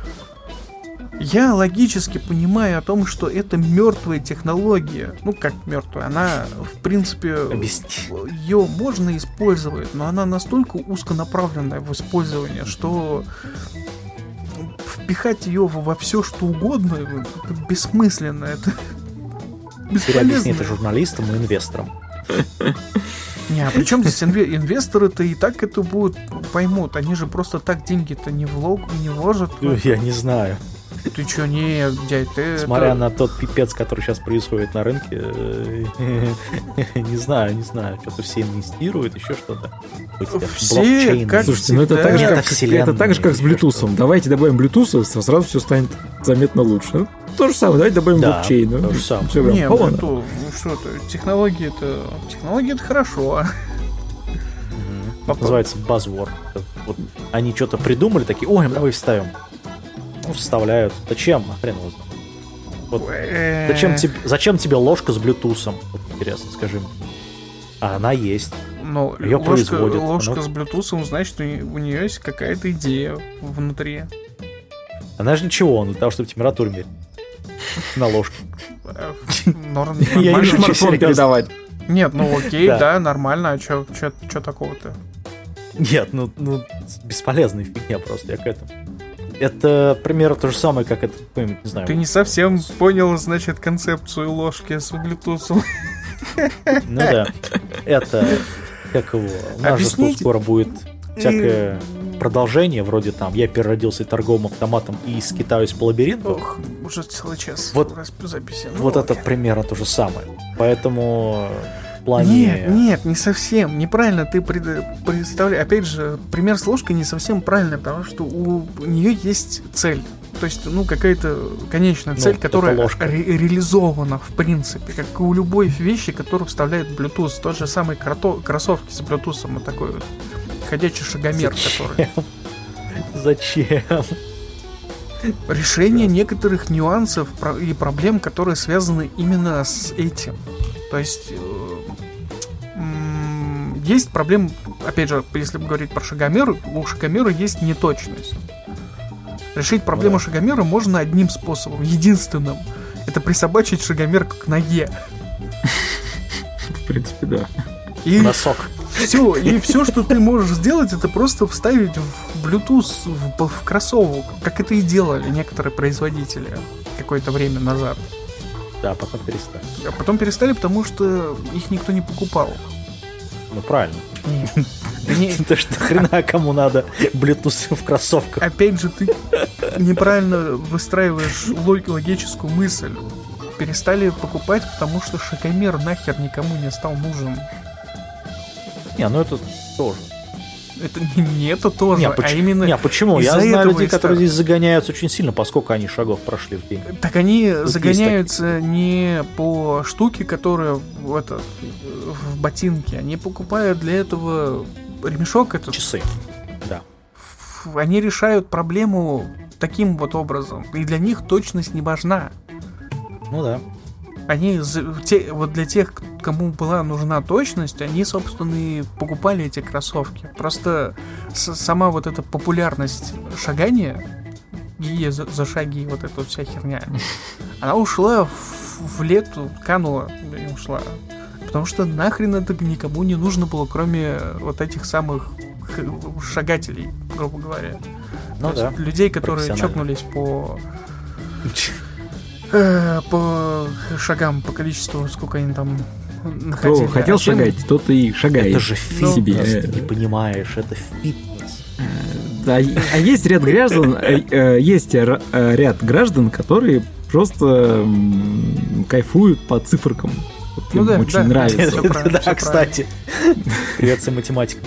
[SPEAKER 3] Я логически понимаю о том, что это мертвая технология. Ну, как мертвая, она, в принципе,
[SPEAKER 1] Объясни.
[SPEAKER 3] ее можно использовать, но она настолько узконаправленная в использовании, что впихать ее во все что угодно это бессмысленно, это
[SPEAKER 1] Теперь объясни
[SPEAKER 3] бесполезно.
[SPEAKER 1] это журналистам и инвесторам.
[SPEAKER 3] Не, а при чем здесь инве- инвесторы-то и так это будут поймут, они же просто так деньги-то не влог, не вложат.
[SPEAKER 1] Ну, я не знаю.
[SPEAKER 3] Ты чё, не, дядь, ты...
[SPEAKER 1] Смотря
[SPEAKER 3] это-
[SPEAKER 1] на тот пипец, который сейчас происходит на рынке, э, не знаю, не знаю, что-то все инвестируют, еще что-то.
[SPEAKER 3] Все,
[SPEAKER 1] Блокчейн.
[SPEAKER 3] как-
[SPEAKER 2] Слушайте, ну это
[SPEAKER 3] всегда.
[SPEAKER 2] так же, как,
[SPEAKER 1] Метавселенная,
[SPEAKER 2] это так же, как с
[SPEAKER 1] еще
[SPEAKER 2] Bluetooth.
[SPEAKER 1] что-то.
[SPEAKER 2] Давайте добавим Bluetooth, сразу все станет заметно лучше. Ну, то же самое, давайте добавим
[SPEAKER 1] Да,
[SPEAKER 2] блокчейн. ну,
[SPEAKER 1] то же самое.
[SPEAKER 2] всё прям
[SPEAKER 3] Не,
[SPEAKER 2] полно.
[SPEAKER 3] Bluetooth, ну что ты, технологии это... Технологии это хорошо.
[SPEAKER 1] Мгм.
[SPEAKER 3] Попал.
[SPEAKER 1] Называется buzzword. Вот они что-то придумали, такие, ой, давай вставим. Ну, вставляют. Зачем? А хрен его знает. Вот
[SPEAKER 3] Э,
[SPEAKER 1] Зачем тебе, зачем тебе ложка с блютусом? Вот интересно, скажи мне. А она есть.
[SPEAKER 3] Ну,
[SPEAKER 1] Её
[SPEAKER 3] ложка,
[SPEAKER 1] производят,
[SPEAKER 3] ложка
[SPEAKER 1] она-
[SPEAKER 3] с Bluetooth, значит, у нее, у нее есть какая-то идея внутри.
[SPEAKER 1] Она же ничего, ну, для того, чтобы температуру мерить. На ложке.
[SPEAKER 3] Э, норм-
[SPEAKER 1] Я
[SPEAKER 3] нормально.
[SPEAKER 1] не шучу,
[SPEAKER 2] Смартфон
[SPEAKER 1] серьезно.
[SPEAKER 2] передавать.
[SPEAKER 3] Нет, ну окей,
[SPEAKER 1] Да.
[SPEAKER 3] да, нормально, а чё, чё, чё такого-то?
[SPEAKER 1] Нет, ну, ну, бесполезная фигня просто, я к этому. Это примерно то же самое, как это, какой-нибудь, не знаю.
[SPEAKER 3] Ты не совсем понял, значит, концепцию ложки с Bluetooth.
[SPEAKER 1] Ну да. Это, как его, у нас же тут
[SPEAKER 3] Объясните.
[SPEAKER 1] скоро будет всякое продолжение, вроде там, я переродился торговым автоматом и скитаюсь по лабиринту.
[SPEAKER 3] Ох, уже целый час
[SPEAKER 1] Вот-
[SPEAKER 3] раз- записи. Ну,
[SPEAKER 1] Вот это
[SPEAKER 3] окей.
[SPEAKER 1] примерно то же самое. Поэтому плане...
[SPEAKER 3] Нет, нет, не совсем. Неправильно ты пред... представляешь. Опять же, пример с ложкой не совсем правильный, потому что у нее есть цель. То есть, ну, какая-то конечная цель, ну, которая ре- реализована, в принципе, как и у любой вещи, которую вставляет Bluetooth. Тот же самый крото- кроссовки с Bluetooth, вот такой вот ходячий шагомер,
[SPEAKER 1] Зачем?
[SPEAKER 3] который...
[SPEAKER 1] Зачем?
[SPEAKER 3] Решение некоторых нюансов и проблем, которые связаны именно с этим. То есть... Есть проблемы, опять же, если говорить про шагомер, у шагомера есть неточность. Решить проблему да. шагомера можно одним способом, единственным. Это присобачить шагомер к ноге.
[SPEAKER 2] В принципе, да.
[SPEAKER 3] И
[SPEAKER 1] носок.
[SPEAKER 3] Все, и все, что ты можешь сделать, это просто вставить в Bluetooth в, в кроссовок, как это и делали некоторые производители какое-то время назад.
[SPEAKER 1] Да, потом перестали.
[SPEAKER 3] А потом перестали, потому что их никто не покупал.
[SPEAKER 1] Ну правильно.
[SPEAKER 3] Нет. Да не...
[SPEAKER 1] Это что хрена кому надо Bluetooth в кроссовках?
[SPEAKER 3] Опять же, ты неправильно выстраиваешь лог... логическую мысль. Перестали покупать, потому что шагомер нахер никому не стал нужен.
[SPEAKER 1] Не, ну это тоже.
[SPEAKER 3] Это не, не это тоже,
[SPEAKER 1] не,
[SPEAKER 3] а
[SPEAKER 1] поч...
[SPEAKER 3] именно...
[SPEAKER 1] Не, почему? Я знаю людей, которые здесь загоняются очень сильно, поскольку они шагов прошли в день.
[SPEAKER 3] Так они тут загоняются не по штуке, которая в, это, в ботинке. Они покупают для этого ремешок. Этот.
[SPEAKER 1] Часы, да.
[SPEAKER 3] Они решают проблему таким вот образом. И для них точность не важна.
[SPEAKER 1] Ну да.
[SPEAKER 3] Они, те, вот для тех, кому была нужна точность, они, собственно, и покупали эти кроссовки. Просто с, сама вот эта популярность шагания, гия за, за шаги, вот эта вся херня, она ушла в, в лету, канула, не ушла. Потому что нахрен это никому не нужно было, кроме вот этих самых шагателей, грубо говоря.
[SPEAKER 1] Ну да.
[SPEAKER 3] Людей, которые чокнулись по... по шагам, по количеству, сколько они там находили.
[SPEAKER 2] Кто хотел а шагать, чем... тот и шагает.
[SPEAKER 1] Это же фитнес,
[SPEAKER 2] себе.
[SPEAKER 1] Ты не понимаешь, это фитнес.
[SPEAKER 2] Да, а есть ряд граждан, есть ряд граждан, которые просто кайфуют по циферкам.
[SPEAKER 3] Ну да,
[SPEAKER 2] очень
[SPEAKER 3] да,
[SPEAKER 2] нравится.
[SPEAKER 1] Да, да, кстати. Привет, математика.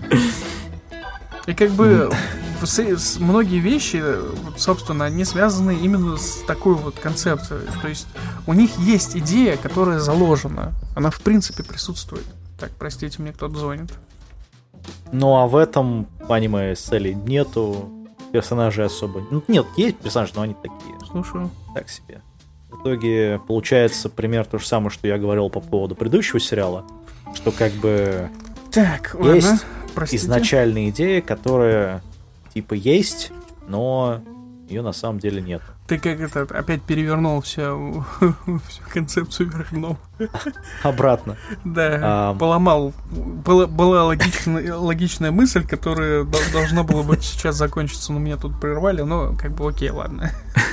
[SPEAKER 3] И как бы многие вещи, собственно, они связаны именно с такой вот концепцией. То есть у них есть идея, которая заложена. Она в принципе присутствует. Так, простите, мне кто-то звонит.
[SPEAKER 1] Ну а в этом в аниме Селли нету персонажей особо. Ну, нет, есть персонажи, но они такие.
[SPEAKER 3] Слушаю.
[SPEAKER 1] Так себе. В итоге получается пример то же самое, что я говорил по поводу предыдущего сериала. Что как бы
[SPEAKER 3] так,
[SPEAKER 1] есть
[SPEAKER 3] ладно, простите.
[SPEAKER 1] Изначальная идея, которая типа есть, но ее на самом деле нет.
[SPEAKER 3] Ты как это опять перевернул всю, всю концепцию вверх дном.
[SPEAKER 1] Обратно.
[SPEAKER 3] Да,
[SPEAKER 1] а...
[SPEAKER 3] поломал. Была, была логичная, логичная мысль, которая должна была бы сейчас закончиться, но меня тут прервали, но как бы окей, ладно.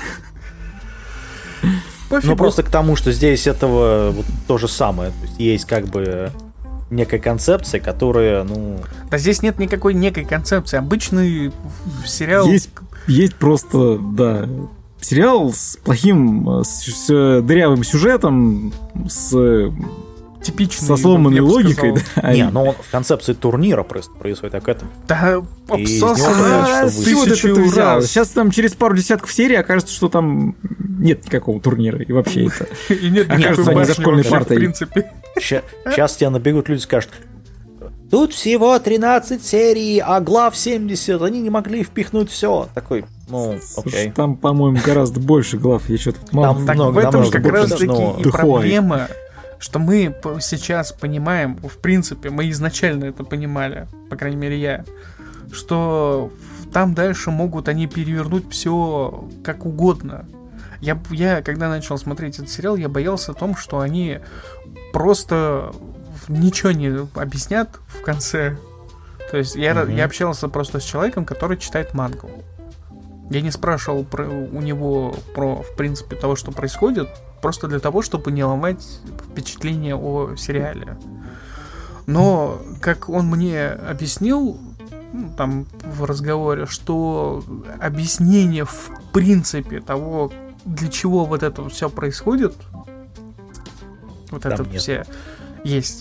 [SPEAKER 1] Ну просто к тому, что здесь этого вот то же самое. То есть, есть как бы некая концепция, которая, ну...
[SPEAKER 3] Да здесь нет никакой некой концепции. Обычный сериал...
[SPEAKER 2] Есть, есть просто, да, сериал с плохим, с, с дырявым сюжетом, с...
[SPEAKER 3] Типичный,
[SPEAKER 2] со сломанной логикой.
[SPEAKER 1] Да. Не, но он в концепции турнира просто происходит так это.
[SPEAKER 3] Да,
[SPEAKER 2] обсосано. Ты вот это ты взял. Сейчас там через пару десятков серий окажется, что там нет никакого турнира. И вообще это...
[SPEAKER 3] И нет
[SPEAKER 2] окажется, они за школьной партой.
[SPEAKER 3] В принципе.
[SPEAKER 1] Сейчас тебя набегут люди и скажут: тут всего тринадцать серий, а глав семьдесят, они не могли впихнуть все. Такой, ну, окей.
[SPEAKER 2] Там, по-моему, гораздо больше глав. Я что-то мало.
[SPEAKER 3] Там много, в этом как раз-таки и проблема, что мы сейчас понимаем, в принципе, мы изначально это понимали, по крайней мере я, что там дальше могут они перевернуть все как угодно. Я, я, когда начал смотреть этот сериал, я боялся о том, что они просто ничего не объяснят в конце. То есть я, mm-hmm. я общался просто с человеком, который читает мангу. Я не спрашивал про, у него про, в принципе, того, что происходит, просто для того, чтобы не ломать впечатление о сериале. Но, как он мне объяснил, ну, там, в разговоре, что объяснение, в принципе, того, для чего вот это все происходит, вот
[SPEAKER 1] там
[SPEAKER 3] это
[SPEAKER 1] нет.
[SPEAKER 3] все есть.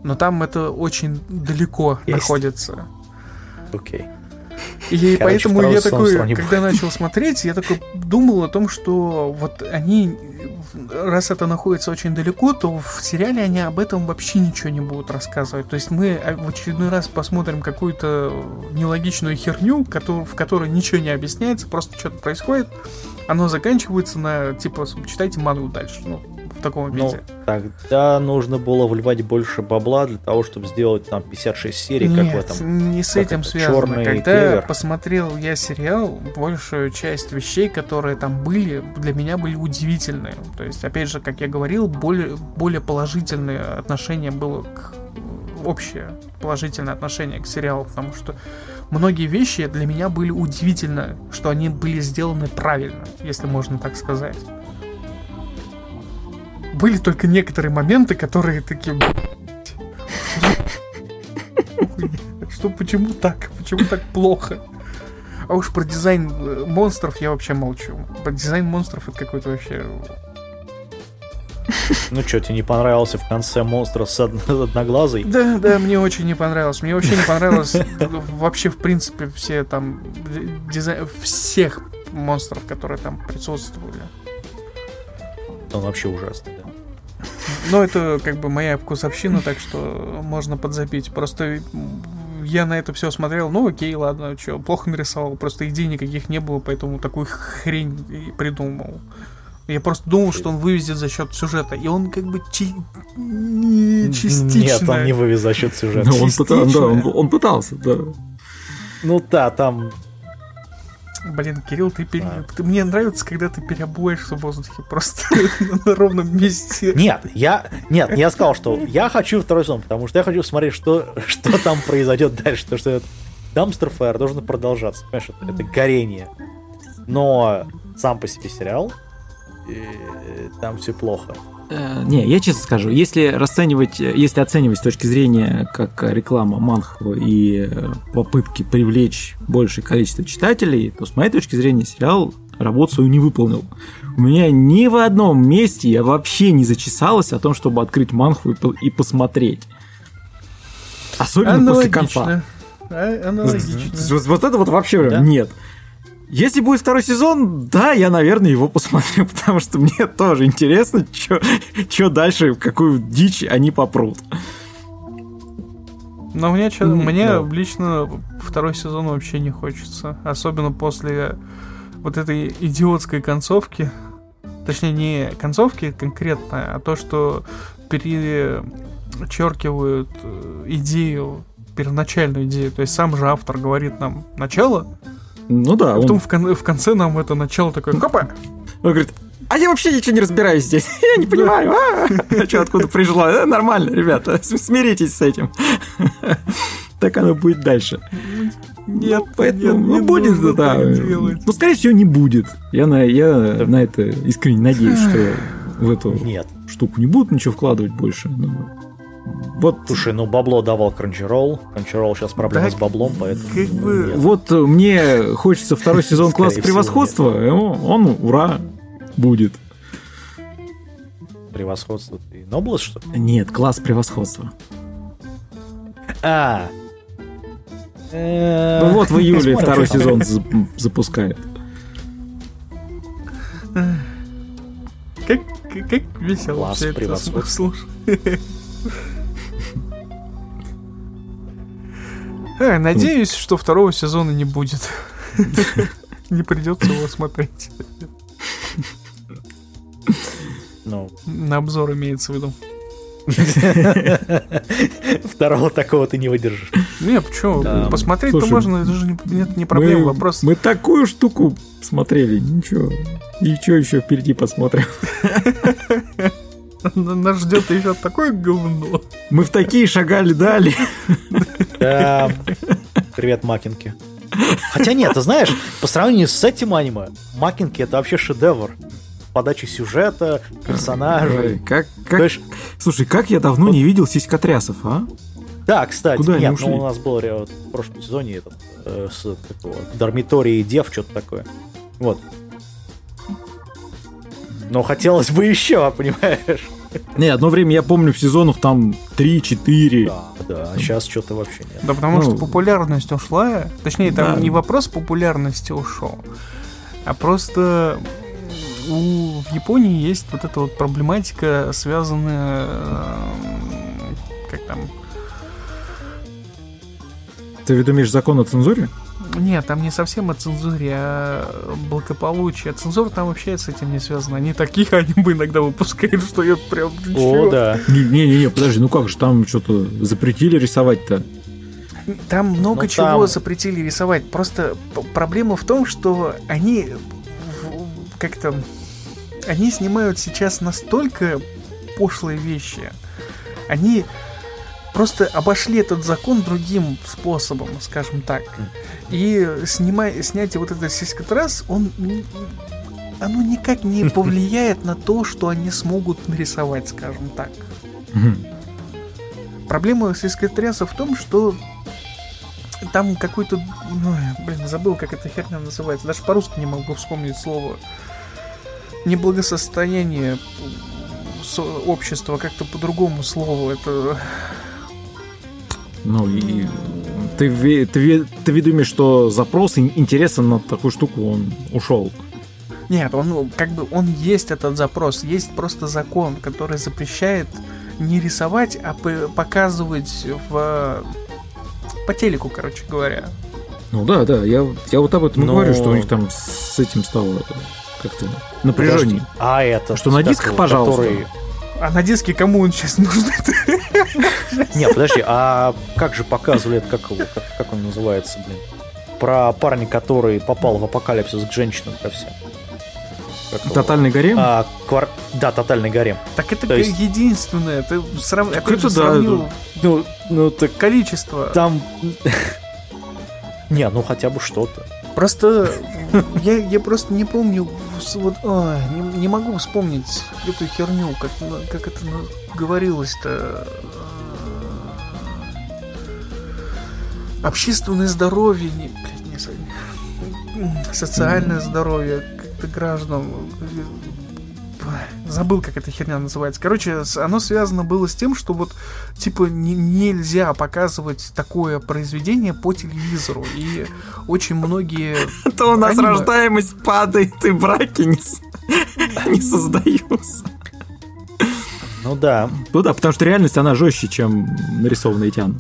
[SPEAKER 3] но там это очень далеко
[SPEAKER 1] Есть.
[SPEAKER 3] находится.
[SPEAKER 1] Окей.
[SPEAKER 3] И
[SPEAKER 1] Короче,
[SPEAKER 3] поэтому я такой,
[SPEAKER 1] не
[SPEAKER 3] когда
[SPEAKER 1] будет.
[SPEAKER 3] начал смотреть, я такой думал о том, что вот они, раз это находится очень далеко, то в сериале они об этом вообще ничего не будут рассказывать. То есть мы в очередной раз посмотрим какую-то нелогичную херню, который, в которой ничего не объясняется, просто что-то происходит, оно заканчивается на, типа, читайте мангу дальше, ну, в таком
[SPEAKER 1] Ну,
[SPEAKER 3] виде.
[SPEAKER 1] тогда нужно было вливать больше бабла для того, чтобы сделать там пятьдесят шесть серий, как в
[SPEAKER 3] Нет,
[SPEAKER 1] этом.
[SPEAKER 3] не с
[SPEAKER 1] как
[SPEAKER 3] этим
[SPEAKER 1] это,
[SPEAKER 3] связано.
[SPEAKER 1] «Чёрный
[SPEAKER 3] Когда
[SPEAKER 1] клевер».
[SPEAKER 3] посмотрел я сериал, большую часть вещей, которые там были, для меня были удивительные. То есть, опять же, как я говорил, более, более положительное отношение было к... общее положительное отношение к сериалу, потому что многие вещи для меня были удивительны, что они были сделаны правильно, если можно так сказать. Были только некоторые моменты, которые такие... Что, почему так? Почему так плохо? А уж про дизайн монстров я вообще молчу. Про дизайн монстров это какой-то вообще...
[SPEAKER 1] Ну что, тебе не понравился в конце монстр с од- одноглазой?
[SPEAKER 3] Да, да, мне очень не понравилось. Мне вообще не понравилось вообще, в принципе, все там дизайн... всех монстров, которые там присутствовали.
[SPEAKER 1] Он вообще ужасный, да.
[SPEAKER 3] Но это как бы моя вкусовщина, так что можно подзапить. Просто я на это все смотрел, ну окей, ладно, что, плохо нарисовал, просто идей никаких не было, поэтому такую хрень и придумал. Я просто думал, что он вывезет за счет сюжета, и он как бы чи... частично.
[SPEAKER 1] Нет, он не вывез за счет сюжета.
[SPEAKER 2] Ну, он, пыта- да, он, он пытался, да.
[SPEAKER 1] Ну да, там...
[SPEAKER 3] Блин, Кирилл, ты, пере...
[SPEAKER 1] А.
[SPEAKER 3] ты мне нравится, когда ты переобуваешься в воздухе просто на ровном месте.
[SPEAKER 1] Нет, я... Нет, я сказал, что я хочу второй сезон, потому что я хочу смотреть, что, что там произойдет дальше. Потому что этот Dumpster Fire должен продолжаться. Понимаешь, это, это горение. Но сам по себе сериал, и там все плохо.
[SPEAKER 2] Э, Не, я честно скажу, если расценивать, если оценивать с точки зрения как реклама манхвы и э, попытки привлечь большее количество читателей, то с моей точки зрения сериал работу свою не выполнил. У меня ни в одном месте я вообще не зачесалась о том, чтобы открыть манхву и, по- и посмотреть. Особенно после конца.
[SPEAKER 3] А- Аналогично.
[SPEAKER 2] Вот, вот это вот вообще
[SPEAKER 1] Да?
[SPEAKER 2] нет. Если будет второй сезон, да, я, наверное, его посмотрю, потому что мне тоже интересно, что дальше, какую дичь они попрут.
[SPEAKER 3] Но мне, чё-
[SPEAKER 2] Ну,
[SPEAKER 3] мне
[SPEAKER 2] да.
[SPEAKER 3] лично второй сезон вообще не хочется. Особенно после вот этой идиотской концовки. Точнее, не концовки конкретно, а то, что перечеркивают э, идею, первоначальную идею. То есть сам же автор говорит нам начало,
[SPEAKER 2] Ну да,
[SPEAKER 3] а
[SPEAKER 2] он,
[SPEAKER 3] потом в, кон- в конце нам это начало такое хопа!
[SPEAKER 2] он говорит, а я вообще ничего не разбираюсь здесь, я не понимаю, а, что откуда пришло, Э, нормально, ребята, с- смиритесь с этим. Так оно будет дальше.
[SPEAKER 3] Нет,
[SPEAKER 2] Поэтому,
[SPEAKER 3] нет,
[SPEAKER 2] ну,
[SPEAKER 3] не
[SPEAKER 2] будет,
[SPEAKER 3] нужно
[SPEAKER 2] да.
[SPEAKER 3] так делать.
[SPEAKER 2] Ну, скорее всего, не будет. Я на, я на это искренне надеюсь, что в эту
[SPEAKER 1] Нет.
[SPEAKER 2] штуку не будут ничего вкладывать больше. Ну, вот,
[SPEAKER 1] Слушай, ну бабло давал Crunchyroll. Crunchyroll сейчас проблемы
[SPEAKER 3] Да,
[SPEAKER 1] с баблом, поэтому...
[SPEAKER 3] как бы-
[SPEAKER 1] нет.
[SPEAKER 2] вот мне хочется второй сезон
[SPEAKER 1] Скорее
[SPEAKER 2] класса
[SPEAKER 1] всего,
[SPEAKER 2] превосходства, и он, он, ура, будет.
[SPEAKER 1] Превосходство. Ты Ноблес, что ли?
[SPEAKER 2] Нет, класс превосходства.
[SPEAKER 1] А.
[SPEAKER 2] Ну вот в июле второй сезон за- запускают.
[SPEAKER 3] Как, как, как весело
[SPEAKER 1] Класс
[SPEAKER 3] все это
[SPEAKER 1] превосходства.
[SPEAKER 3] слушать. А, надеюсь, что второго сезона не будет. Не придется его смотреть.
[SPEAKER 1] Ну,
[SPEAKER 3] На обзор имеется в виду.
[SPEAKER 1] второго такого ты не выдержишь.
[SPEAKER 3] Не, почему?
[SPEAKER 1] Да.
[SPEAKER 3] Посмотреть-то
[SPEAKER 2] Слушай,
[SPEAKER 3] можно, это же не, нет, не проблема.
[SPEAKER 2] Мы,
[SPEAKER 3] Вопрос.
[SPEAKER 2] мы такую штуку смотрели, ничего. И что еще впереди посмотрим?
[SPEAKER 3] Н- Нас ждет еще такое говно.
[SPEAKER 2] Мы в такие шагали дали.
[SPEAKER 1] Да. Привет, Макинки. Хотя нет, ты знаешь, по сравнению с этим аниме, Макинки это вообще шедевр. Подача сюжета, персонажей.
[SPEAKER 2] Ой, Как, как...
[SPEAKER 1] Знаешь,
[SPEAKER 2] Слушай, как я давно не видел сиськотрясов, а?
[SPEAKER 1] да, кстати,
[SPEAKER 2] Куда они
[SPEAKER 1] нет,
[SPEAKER 2] ушли?
[SPEAKER 1] ну у нас был ре- вот в прошлом сезоне этот, э, с какого, Дармитории дев, что-то такое. Вот. Но хотелось бы еще, понимаешь?
[SPEAKER 2] Не, одно время, я помню, в сезонах там три-четыре.
[SPEAKER 1] Да, да, а сейчас что-то вообще нет.
[SPEAKER 3] Да потому
[SPEAKER 2] Ну,
[SPEAKER 3] что популярность ушла. Точнее, там
[SPEAKER 2] да.
[SPEAKER 3] не вопрос популярности ушел, а просто у, в Японии есть вот эта вот проблематика, связанная... э, Как там...
[SPEAKER 2] Ты в виду имеешь закон о цензуре?
[SPEAKER 3] Нет, там не совсем о цензуре, а благополучие. Цензура там вообще с этим не связана. Они такие аниме иногда выпускают, что я прям... ты чё?
[SPEAKER 1] О, да.
[SPEAKER 2] Не-не-не, подожди, ну как же, там что-то запретили рисовать-то?
[SPEAKER 3] Там много
[SPEAKER 1] Ну,
[SPEAKER 3] чего
[SPEAKER 1] там-
[SPEAKER 3] запретили рисовать. Просто п- проблема в том, что они в- как-то... Они снимают сейчас настолько пошлые вещи. Они просто обошли этот закон другим способом, скажем так. И снимай, снятие вот этого сиськотрасс, он... н- Оно никак не повлияет на то, что они смогут нарисовать, скажем так.
[SPEAKER 2] Мгм.
[SPEAKER 3] Проблема сиськотряса в том, что там какой-то... Ой, блин, забыл, как эта херня называется. Даже по-русски не могу вспомнить слово. Неблагосостояние со- общества, как-то по-другому слову. Это...
[SPEAKER 2] Ну и ты, ве- ты, ве- ты в виду имеешь, что запрос и интерес на такую штуку, он ушел.
[SPEAKER 3] Нет, он ну, как бы он есть этот запрос. Есть просто закон, который запрещает не рисовать, а п- показывать в... по телеку, короче говоря.
[SPEAKER 2] Ну да, да, я, я вот об этом и
[SPEAKER 1] Но-
[SPEAKER 2] говорю, что у них там с этим стало как-то напряжение.
[SPEAKER 1] Подожди, а это...
[SPEAKER 2] Что, на
[SPEAKER 1] как
[SPEAKER 2] дисках,
[SPEAKER 1] его,
[SPEAKER 2] пожалуйста?
[SPEAKER 1] который-
[SPEAKER 3] А на диске кому он сейчас нужен?
[SPEAKER 1] Не, подожди, а как же показывали это, как, его, как, как он называется, блин? Про парня, который попал в апокалипсис к женщинам ко всем. Как его?
[SPEAKER 2] Тотальный гарем?
[SPEAKER 1] А, квар... Да, тотальный гарем.
[SPEAKER 3] Так это
[SPEAKER 1] То есть-
[SPEAKER 3] единственное. Ты срав...
[SPEAKER 2] Так
[SPEAKER 3] опять же
[SPEAKER 2] это да,
[SPEAKER 3] сравнил
[SPEAKER 1] Ну, ну так
[SPEAKER 3] количество.
[SPEAKER 1] там... Не, ну хотя бы что-то.
[SPEAKER 3] Просто я, я просто не помню, с- вот, ой, не, не могу вспомнить эту херню, как, на- как это на- говорилось-то. Э, Общественное здоровье, не, блядь, не, со- м, социальное здоровье как-то граждан. Забыл, как эта херня называется. Короче, с- оно связано было с тем, что вот, типа, не- нельзя показывать такое произведение по телевизору. И очень многие...
[SPEAKER 2] То у нас
[SPEAKER 3] аниме-
[SPEAKER 2] рождаемость падает, и браки не, с- не создаются.
[SPEAKER 1] Ну да.
[SPEAKER 2] Ну да, потому что реальность, она жестче, чем нарисованные тян.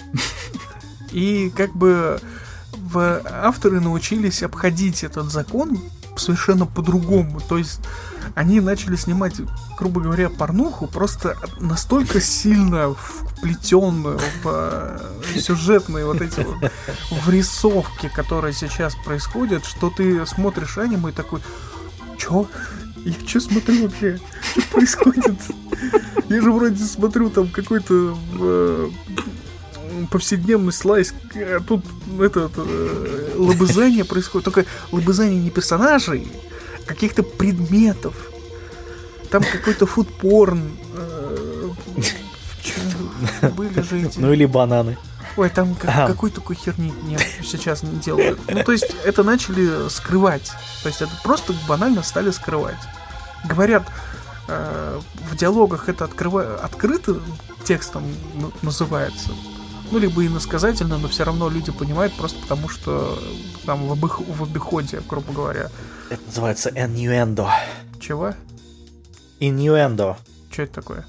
[SPEAKER 3] И как бы в- авторы научились обходить этот закон совершенно по-другому. То есть они начали снимать, грубо говоря, порнуху просто настолько сильно вплетенную в э, сюжетные вот эти вот врисовки, которые сейчас происходят, что ты смотришь аниме и такой: чё? Я чё смотрю вообще? Что происходит? Я же вроде смотрю там какой-то э, повседневный слайс, а тут это, э, лобызание происходит. Только лобызание не персонажей, а каких-то предметов. Там какой-то фудпорн. Э, чё, были же эти...
[SPEAKER 1] Ну или бананы.
[SPEAKER 3] Ой, там как-
[SPEAKER 1] Ага.
[SPEAKER 3] какой такой херни нет, сейчас не делают. Ну, то есть, это начали скрывать. То есть, это просто банально стали скрывать. Говорят, э, в диалогах это открыва... открыто текстом н- называется. Ну, либо иносказательно, но все равно люди понимают, просто потому что там в, обих... в обиходе, грубо говоря.
[SPEAKER 1] Это называется innuendo.
[SPEAKER 3] Чего?
[SPEAKER 1] Innuendo.
[SPEAKER 3] Что это такое?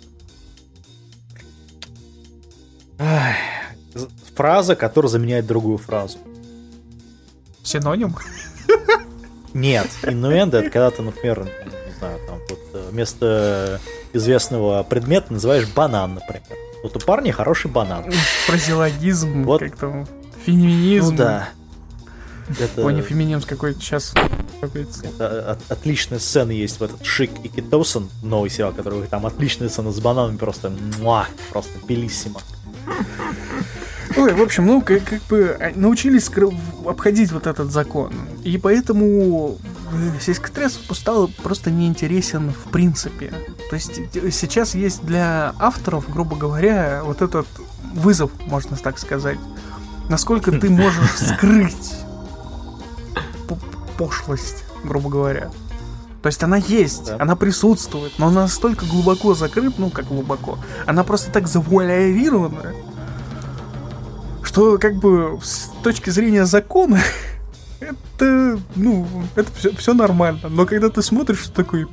[SPEAKER 1] Ах, з- фраза, которая заменяет другую фразу.
[SPEAKER 3] Синоним?
[SPEAKER 1] Нет, innuendo — это когда ты, например, не знаю, там вот э, вместо известного предмета называешь банан, например. Вот у парня хороший банан.
[SPEAKER 3] Фразеологизм,
[SPEAKER 1] Вот.
[SPEAKER 3] как там, феминизм.
[SPEAKER 1] Ну да. Это,
[SPEAKER 3] Ой, не феминизм, какой-то сейчас какой-то.
[SPEAKER 1] это от- отличная сцена есть в этот Шик и Китоусон, новый сериал, который там отличная сцена с бананами, просто муа, просто белиссимо.
[SPEAKER 3] Ой, в общем, ну, как, как бы а, научились скры- обходить вот этот закон. И поэтому э, сельскохозяйство стало просто неинтересен в принципе. То есть э, сейчас есть для авторов, грубо говоря, вот этот вызов, можно так сказать. Насколько ты можешь скрыть п- пошлость, грубо говоря. То есть она есть,
[SPEAKER 1] Да.
[SPEAKER 3] она присутствует, но она настолько глубоко закрыта, ну как глубоко, она просто так завуалирована, что как бы с точки зрения закона это, ну, это все, все нормально. Но когда ты смотришь, ты такой...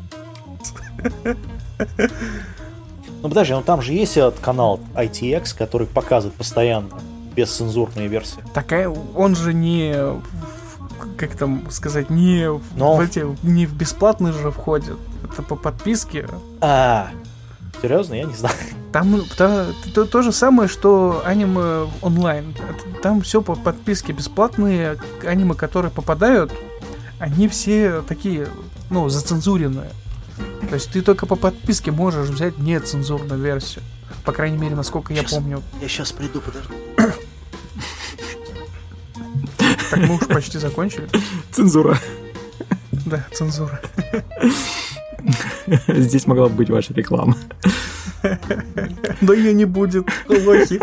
[SPEAKER 1] Ну подожди, ну там же есть этот канал ай ти экс, который показывает постоянно бесцензурные версии.
[SPEAKER 3] Такая, он же не, как там сказать, не,
[SPEAKER 1] Но...
[SPEAKER 3] в эти, не в бесплатный же входит. Это по подписке.
[SPEAKER 1] А, серьезно, я не знаю.
[SPEAKER 3] Там то, то, то же самое, что аниме онлайн. Это, там все по подписке бесплатные. Аниме, которые попадают, они все такие, ну, зацензуренные. То есть ты только по подписке можешь взять нецензурную версию. По крайней мере, насколько
[SPEAKER 1] Сейчас,
[SPEAKER 3] я помню.
[SPEAKER 1] Я сейчас приду, подожди.
[SPEAKER 3] Так мы уж почти закончили.
[SPEAKER 2] Цензура.
[SPEAKER 3] Да, цензура.
[SPEAKER 2] Здесь могла бы быть ваша реклама.
[SPEAKER 3] Да ее не будет, лохи.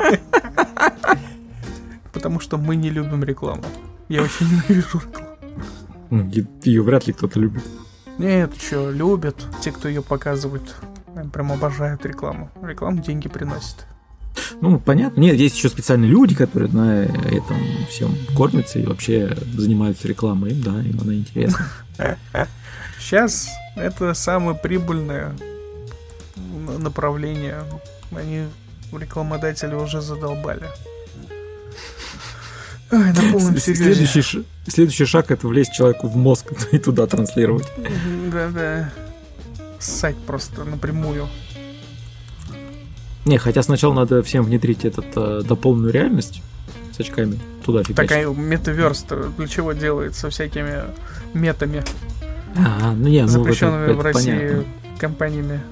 [SPEAKER 3] Потому что мы не любим рекламу. Я очень ненавижу рекламу.
[SPEAKER 2] Ее вряд ли кто-то любит.
[SPEAKER 3] Нет, что, любят те, кто ее показывает. Они прям обожают рекламу. Реклама деньги приносит.
[SPEAKER 2] Ну, понятно. Нет, есть еще специальные люди, которые на этом всем кормятся и вообще занимаются рекламой. Им, да, им она интересна.
[SPEAKER 3] Сейчас это самое прибыльное направление. Они, рекламодатели, уже задолбали. Ой, на полном серьезе.
[SPEAKER 2] Следующий, ш... Следующий шаг — это влезть человеку в мозг и туда транслировать.
[SPEAKER 3] Да-да. Ссать просто напрямую.
[SPEAKER 2] Не, хотя сначала надо всем внедрить этот э, дополненную реальность с очками туда фигачить.
[SPEAKER 3] Такая метаверс для чего делается со всякими метами,
[SPEAKER 2] А, ну не, ну
[SPEAKER 3] запрещенными
[SPEAKER 2] это, это
[SPEAKER 3] в России
[SPEAKER 2] понятно.
[SPEAKER 3] компаниями.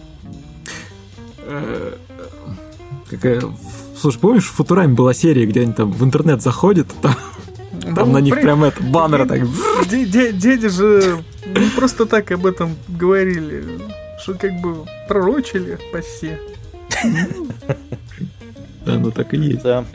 [SPEAKER 2] Какая... Слушай, помнишь, в Футураме была серия, где они там в интернет заходят, там,
[SPEAKER 3] Да,
[SPEAKER 2] там
[SPEAKER 3] ну,
[SPEAKER 2] на них
[SPEAKER 3] при-
[SPEAKER 2] прям это, баннеры так...
[SPEAKER 3] Де- де- Дети же не просто так об этом говорили, что как бы пророчили почти.
[SPEAKER 2] Да, ну так и есть.
[SPEAKER 1] Да.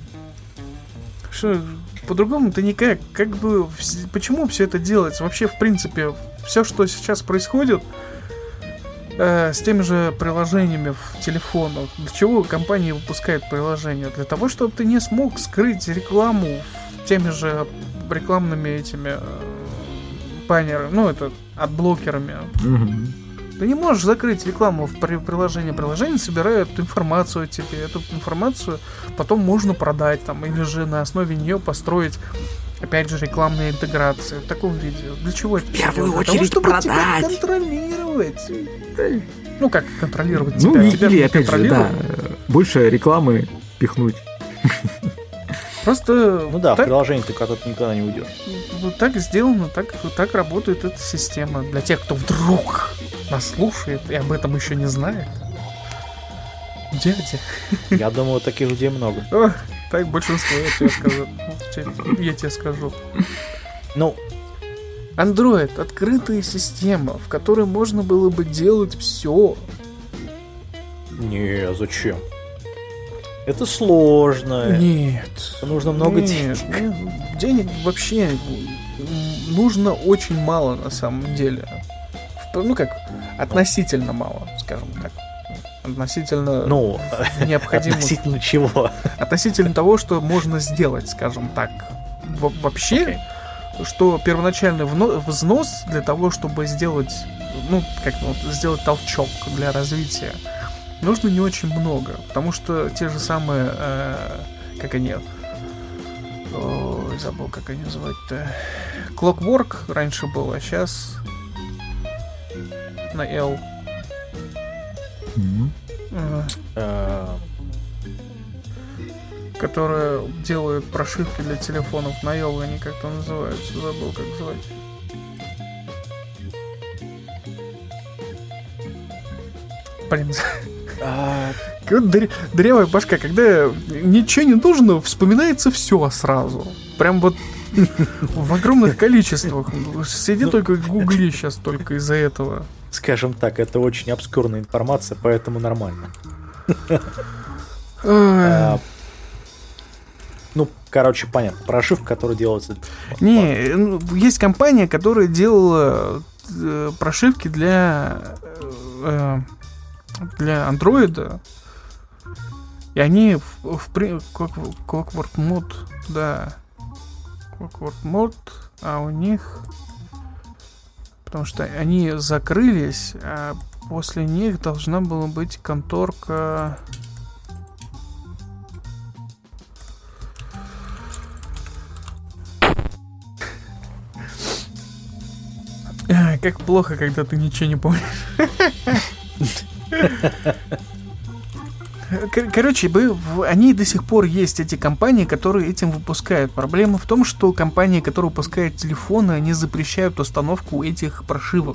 [SPEAKER 3] Что, по-другому-то никак. Как бы, вс- почему все это делается? Вообще, в принципе, все, что сейчас происходит э, с теми же приложениями в телефонах. Для чего компании выпускают приложения? Для того, чтобы ты не смог скрыть рекламу теми же рекламными этими э, баннерами, ну, это, отблокерами.
[SPEAKER 2] Мгм.
[SPEAKER 3] Ты не можешь закрыть рекламу в при- приложении. Приложение собирает информацию о тебе. Эту информацию потом можно продать там, или же на основе нее построить, опять же, рекламные интеграции в таком виде. Для чего это?
[SPEAKER 2] В первую
[SPEAKER 3] Для того,
[SPEAKER 2] очередь
[SPEAKER 3] чтобы
[SPEAKER 2] продать.
[SPEAKER 3] тебя контролировать. Ну как контролировать
[SPEAKER 2] Ну,
[SPEAKER 3] тебя?
[SPEAKER 2] и-
[SPEAKER 3] Тебя
[SPEAKER 2] или,
[SPEAKER 3] же не
[SPEAKER 2] опять же, да,
[SPEAKER 3] контролируют.
[SPEAKER 2] больше рекламы пихнуть.
[SPEAKER 3] Просто
[SPEAKER 1] Ну да, в
[SPEAKER 3] так,
[SPEAKER 1] приложении ты когда-то никогда не уйдешь.
[SPEAKER 3] вот так сделано, так, так работает эта система. Для тех, кто вдруг нас слушает и об этом еще не знает. Дядя.
[SPEAKER 1] Я думаю, таких людей много.
[SPEAKER 3] О, так большинство, я тебе скажу. Я тебе скажу.
[SPEAKER 1] Ну,
[SPEAKER 3] Android — открытая система, в которой можно было бы делать все.
[SPEAKER 1] не, зачем? Это сложно.
[SPEAKER 3] Нет.
[SPEAKER 1] Нужно много
[SPEAKER 3] Нет,
[SPEAKER 1] денег.
[SPEAKER 3] нет, денег вообще м, нужно очень мало на самом деле. В- Ну как, относительно мало, скажем так. Относительно
[SPEAKER 1] Ну,
[SPEAKER 3] необходимых.
[SPEAKER 1] относительно чего?
[SPEAKER 3] Относительно того, что можно сделать, скажем так. Во- вообще, что первоначальный вно- взнос для того, чтобы сделать, ну, как вот, сделать толчок для развития, нужно не очень много. Потому что те же самые, э, как они... Ой, забыл, как они называют-то. Clockwork раньше был, а сейчас на L.
[SPEAKER 2] Мгм.
[SPEAKER 3] Э,
[SPEAKER 1] Э,
[SPEAKER 3] которые делают прошивки для телефонов на L, они как-то называются, забыл, как звать. Блин,
[SPEAKER 1] а,
[SPEAKER 3] как дыр- дырявая башка, когда ничего не нужно, вспоминается все сразу. Прям вот в огромных количествах. Сиди только в гугли сейчас только из-за этого.
[SPEAKER 1] Скажем так, это очень обскурная информация, поэтому нормально.
[SPEAKER 3] Ой.
[SPEAKER 1] А, Ну, короче, понятно. Прошивка, которая делается...
[SPEAKER 3] Не, ну, есть компания, которая делала э, прошивки для э, для андроида, и они в, в Clockwork Mod, да, Clockwork Mod, а у них, потому что они закрылись, а после них должна была быть конторка. Как плохо, когда ты ничего не помнишь. Короче, они до сих пор есть, эти компании, которые этим выпускают. Проблема в том, что компании, которые выпускают телефоны, они запрещают установку этих прошивок.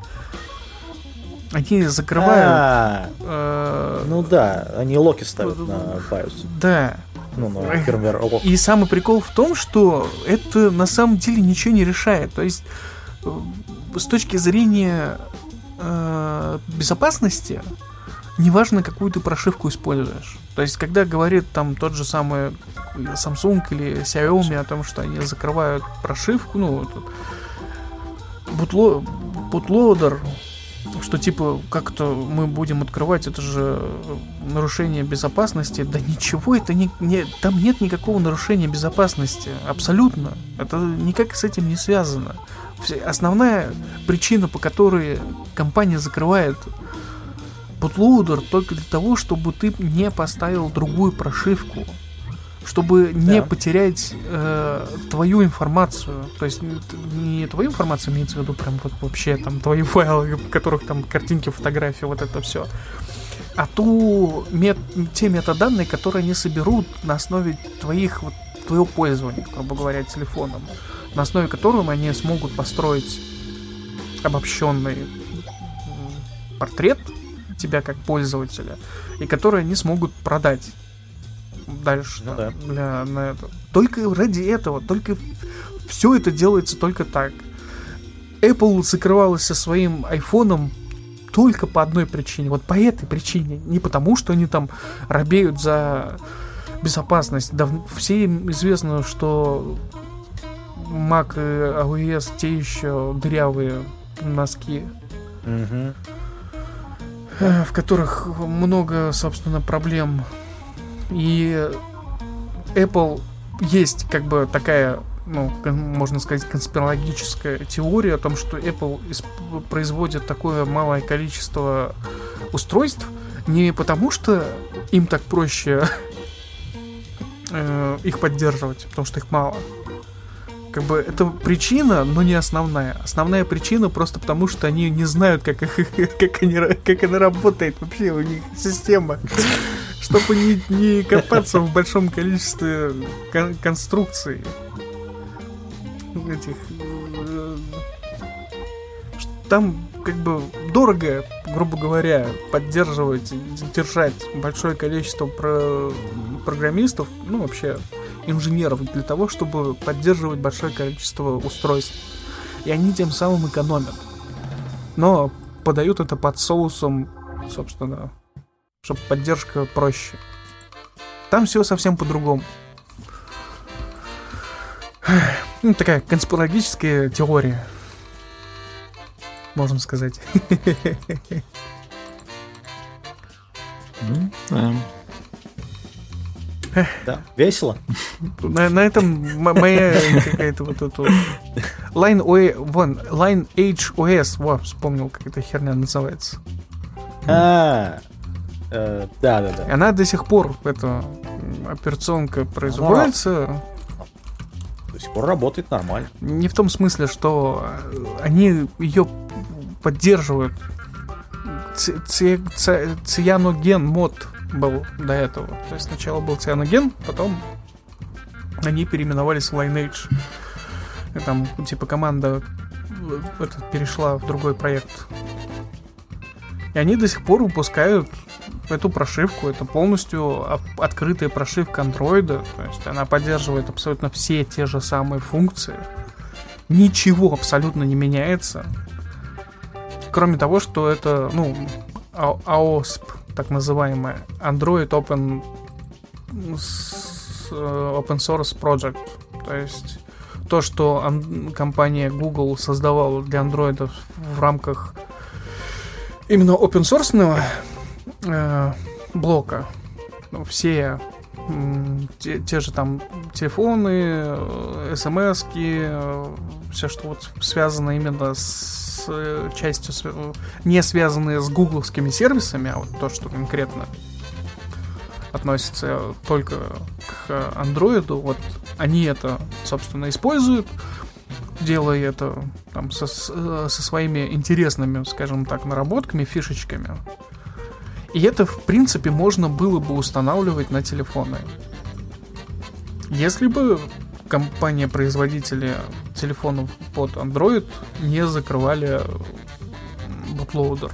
[SPEAKER 3] Они закрывают...
[SPEAKER 1] Ну да, они локи ставят на BIOS.
[SPEAKER 3] Да.
[SPEAKER 1] Ну, на фирмвер лок.
[SPEAKER 3] И самый прикол в том, что это на самом деле ничего не решает. То есть с точки зрения э, безопасности, неважно, какую ты прошивку используешь. То есть, когда говорит там тот же самый Samsung или Xiaomi о том, что они закрывают прошивку, ну, бутло, бутлоадер, что типа как-то мы будем открывать, это же нарушение безопасности. Да ничего, это не, не, там нет никакого нарушения безопасности. Абсолютно. Это никак с этим не связано. Основная причина, по которой компания закрывает бутлоадер, только для того, чтобы ты не поставил другую прошивку, чтобы не да. потерять э, твою информацию. То есть не твою информацию имеется в виду прям вот вообще там твои файлы, в которых там картинки, фотографии, вот это все, а ту мет, те метаданные, которые они соберут на основе твоих вот, твоего пользования, грубо говоря, телефоном, на основе которого они смогут построить обобщенный портрет тебя как пользователя, и которые они смогут продать дальше. Ну, да. для, на это. Только ради этого, только все это делается только так. Apple закрывалась со своим айфоном только по одной причине. Вот по этой причине. Не потому, что они там робеют за безопасность. Да, всем известно, что Mac и iOS те еще дырявые носки, угу. в которых много, собственно, проблем. И Apple есть как бы такая, ну, можно сказать, конспирологическая теория о том, что Apple исп- производит такое малое количество устройств не потому, что им так проще э, их поддерживать, потому что их мало. Как бы это причина, но не основная. Основная причина просто потому, что они не знают, как, их, как, они, как она работает вообще, у них система. Чтобы не, не копаться в большом количестве кон- конструкций этих. Там как бы дорого, грубо говоря, поддерживать, держать большое количество про- программистов, ну вообще инженеров, для того, чтобы поддерживать большое количество устройств. И они тем самым экономят. Но подают это под соусом, собственно, чтобы поддержка проще. Там все совсем по-другому. Ну, такая конспирологическая теория, можно сказать.
[SPEAKER 1] Да, весело.
[SPEAKER 3] На, на этом моя какая-то вот эта Line о эс, вон, Lineage.о эс, во, вспомнил, как эта херня называется.
[SPEAKER 1] А, да, да, да.
[SPEAKER 3] Она до сих пор, эта операционка производится.
[SPEAKER 1] До сих пор работает нормально.
[SPEAKER 3] Не в том смысле, что они ее поддерживают. Cyanogen мод был до этого. То есть сначала был Cyanogen, потом они переименовались в Lineage. И там, типа, команда это, перешла в другой проект. И они до сих пор выпускают эту прошивку. Это полностью открытая прошивка андроида. То есть она поддерживает абсолютно все те же самые функции. Ничего абсолютно не меняется. Кроме того, что это, ну, эй о эс пи, так называемая Android Open, Open Source Project. То есть то, что ан- компания Google создавала для андроидов в рамках именно open-source э, блока, ну, все м, те, те же там телефоны, смс-ки, все, что вот связано именно с э, частью, св- не связанные с гугловскими сервисами, а вот то, что конкретно относится только к андроиду, вот они это, собственно, используют, делая это там со, со своими интересными, скажем так, наработками, фишечками. И это, в принципе, можно было бы устанавливать на телефоны. Если бы компания-производители телефонов под Android не закрывали бутлоудер.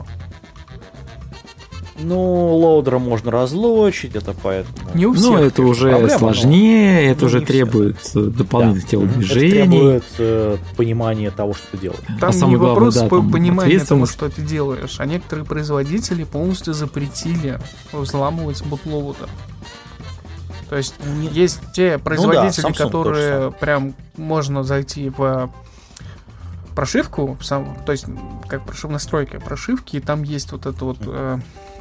[SPEAKER 1] Ну, лоудера можно разлочить, это поэтому...
[SPEAKER 3] Не у всех.
[SPEAKER 2] Ну, это уже
[SPEAKER 1] проблема,
[SPEAKER 2] сложнее, это
[SPEAKER 1] ну,
[SPEAKER 2] уже
[SPEAKER 1] не
[SPEAKER 2] требует
[SPEAKER 1] все, да.
[SPEAKER 2] дополнительных
[SPEAKER 1] Да.
[SPEAKER 2] телодвижений.
[SPEAKER 1] Это требует э, понимания того, что ты делаешь.
[SPEAKER 3] Там
[SPEAKER 2] А
[SPEAKER 3] не
[SPEAKER 2] самое главное,
[SPEAKER 3] вопрос
[SPEAKER 2] да,
[SPEAKER 3] по-
[SPEAKER 2] там
[SPEAKER 3] понимания того,
[SPEAKER 2] ответственность.
[SPEAKER 3] что ты делаешь, а некоторые производители полностью запретили взламывать бутлоудер. То есть есть те производители,
[SPEAKER 1] Samsung
[SPEAKER 3] которые
[SPEAKER 1] тоже
[SPEAKER 3] прям можно зайти в прошивку, в сам, то есть как прошив, настройки прошивки, и там есть вот это вот э,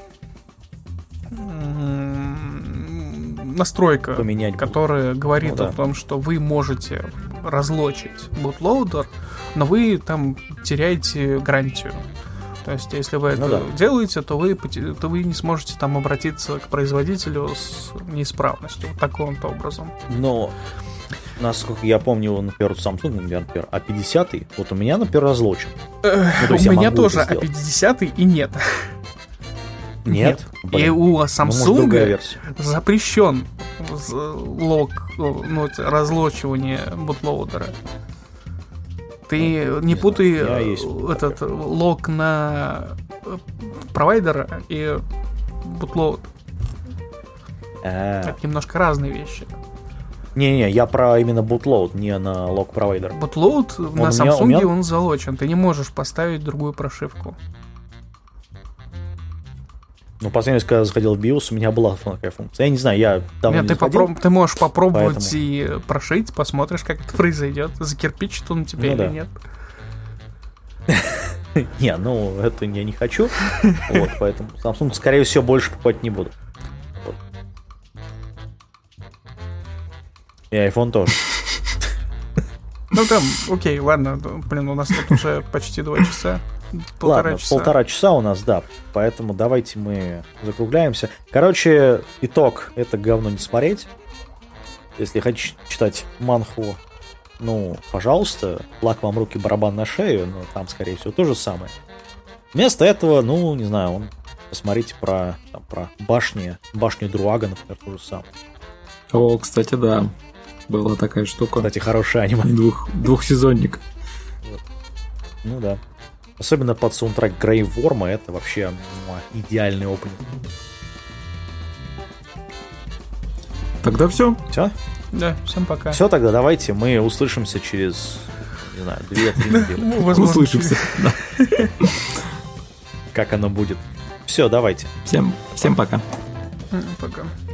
[SPEAKER 3] м, настройка,
[SPEAKER 1] Поменять.
[SPEAKER 3] которая говорит
[SPEAKER 1] Ну да.
[SPEAKER 3] о том, что вы можете разлочить бутлоудер, но вы там теряете гарантию. То есть, если вы
[SPEAKER 1] Ну
[SPEAKER 3] это
[SPEAKER 1] да.
[SPEAKER 3] делаете, то вы, поте- то вы не сможете там обратиться к производителю с неисправностью. Вот таким вот образом.
[SPEAKER 1] Но, насколько я помню, например, Samsung, например, а пятьдесят, вот у меня, например, разлочен. Ну, то
[SPEAKER 3] У
[SPEAKER 1] есть я
[SPEAKER 3] меня
[SPEAKER 1] могу
[SPEAKER 3] тоже
[SPEAKER 1] это
[SPEAKER 3] а
[SPEAKER 1] сделать.
[SPEAKER 3] пятьдет и нет.
[SPEAKER 1] Нет?
[SPEAKER 3] И
[SPEAKER 1] Блин,
[SPEAKER 3] у
[SPEAKER 1] ну, может, другая
[SPEAKER 3] Samsung
[SPEAKER 1] версия.
[SPEAKER 3] запрещен з- лог, ну, т- разлочивание бутлоудера. Ты не
[SPEAKER 1] знаю,
[SPEAKER 3] путай
[SPEAKER 1] у меня есть
[SPEAKER 3] э, этот лог на э, провайдера и бутлоуд.
[SPEAKER 1] А,
[SPEAKER 3] Это немножко разные вещи.
[SPEAKER 1] Не-не, я про именно bootload, не на лог-провайдер.
[SPEAKER 3] Бутлоуд на
[SPEAKER 1] у меня-
[SPEAKER 3] Samsung
[SPEAKER 1] у меня-
[SPEAKER 3] он залочен. Ты не можешь поставить другую прошивку.
[SPEAKER 1] Ну, последний раз, когда я заходил в BIOS, у меня была такая функция. Я не знаю, я давно
[SPEAKER 3] Нет,
[SPEAKER 1] не
[SPEAKER 3] ты,
[SPEAKER 1] заходил.
[SPEAKER 3] попроб- ты можешь попробовать
[SPEAKER 1] поэтому.
[SPEAKER 3] и прошить, посмотришь, как это произойдет. Закирпичит он тебе
[SPEAKER 1] Ну
[SPEAKER 3] или
[SPEAKER 1] да.
[SPEAKER 3] нет.
[SPEAKER 1] Не, ну, это я не хочу. Вот, поэтому Samsung, скорее всего, больше покупать не буду. Вот. И iPhone тоже.
[SPEAKER 3] Ну там, окей, ладно, блин, у нас тут уже почти два часа. Полтора
[SPEAKER 1] Ладно,
[SPEAKER 3] часа.
[SPEAKER 1] полтора часа у нас, да. Поэтому давайте мы закругляемся. Короче, итог. Это говно не смотреть. Если хотите читать манхву, ну, пожалуйста, лак вам руки, барабан на шею, но там, скорее всего, то же самое. Вместо этого, ну, не знаю, он, посмотрите про, там, про башни, башню Друага, например, то же самое.
[SPEAKER 2] О, кстати, да. Была такая штука.
[SPEAKER 1] Кстати, хорошее аниме.
[SPEAKER 2] Двух, двухсезонник.
[SPEAKER 1] Ну да. Особенно под саундтрек Грей Ворма, это вообще муа, идеальный опыт.
[SPEAKER 2] Тогда все.
[SPEAKER 1] Все?
[SPEAKER 3] Да, всем пока.
[SPEAKER 1] Все, тогда давайте мы услышимся через, не знаю, две-три недели.
[SPEAKER 3] Ну, возможно,
[SPEAKER 2] Услышимся. Да.
[SPEAKER 1] Как оно будет. Все, давайте.
[SPEAKER 2] Всем, всем пока.
[SPEAKER 3] через- Пока.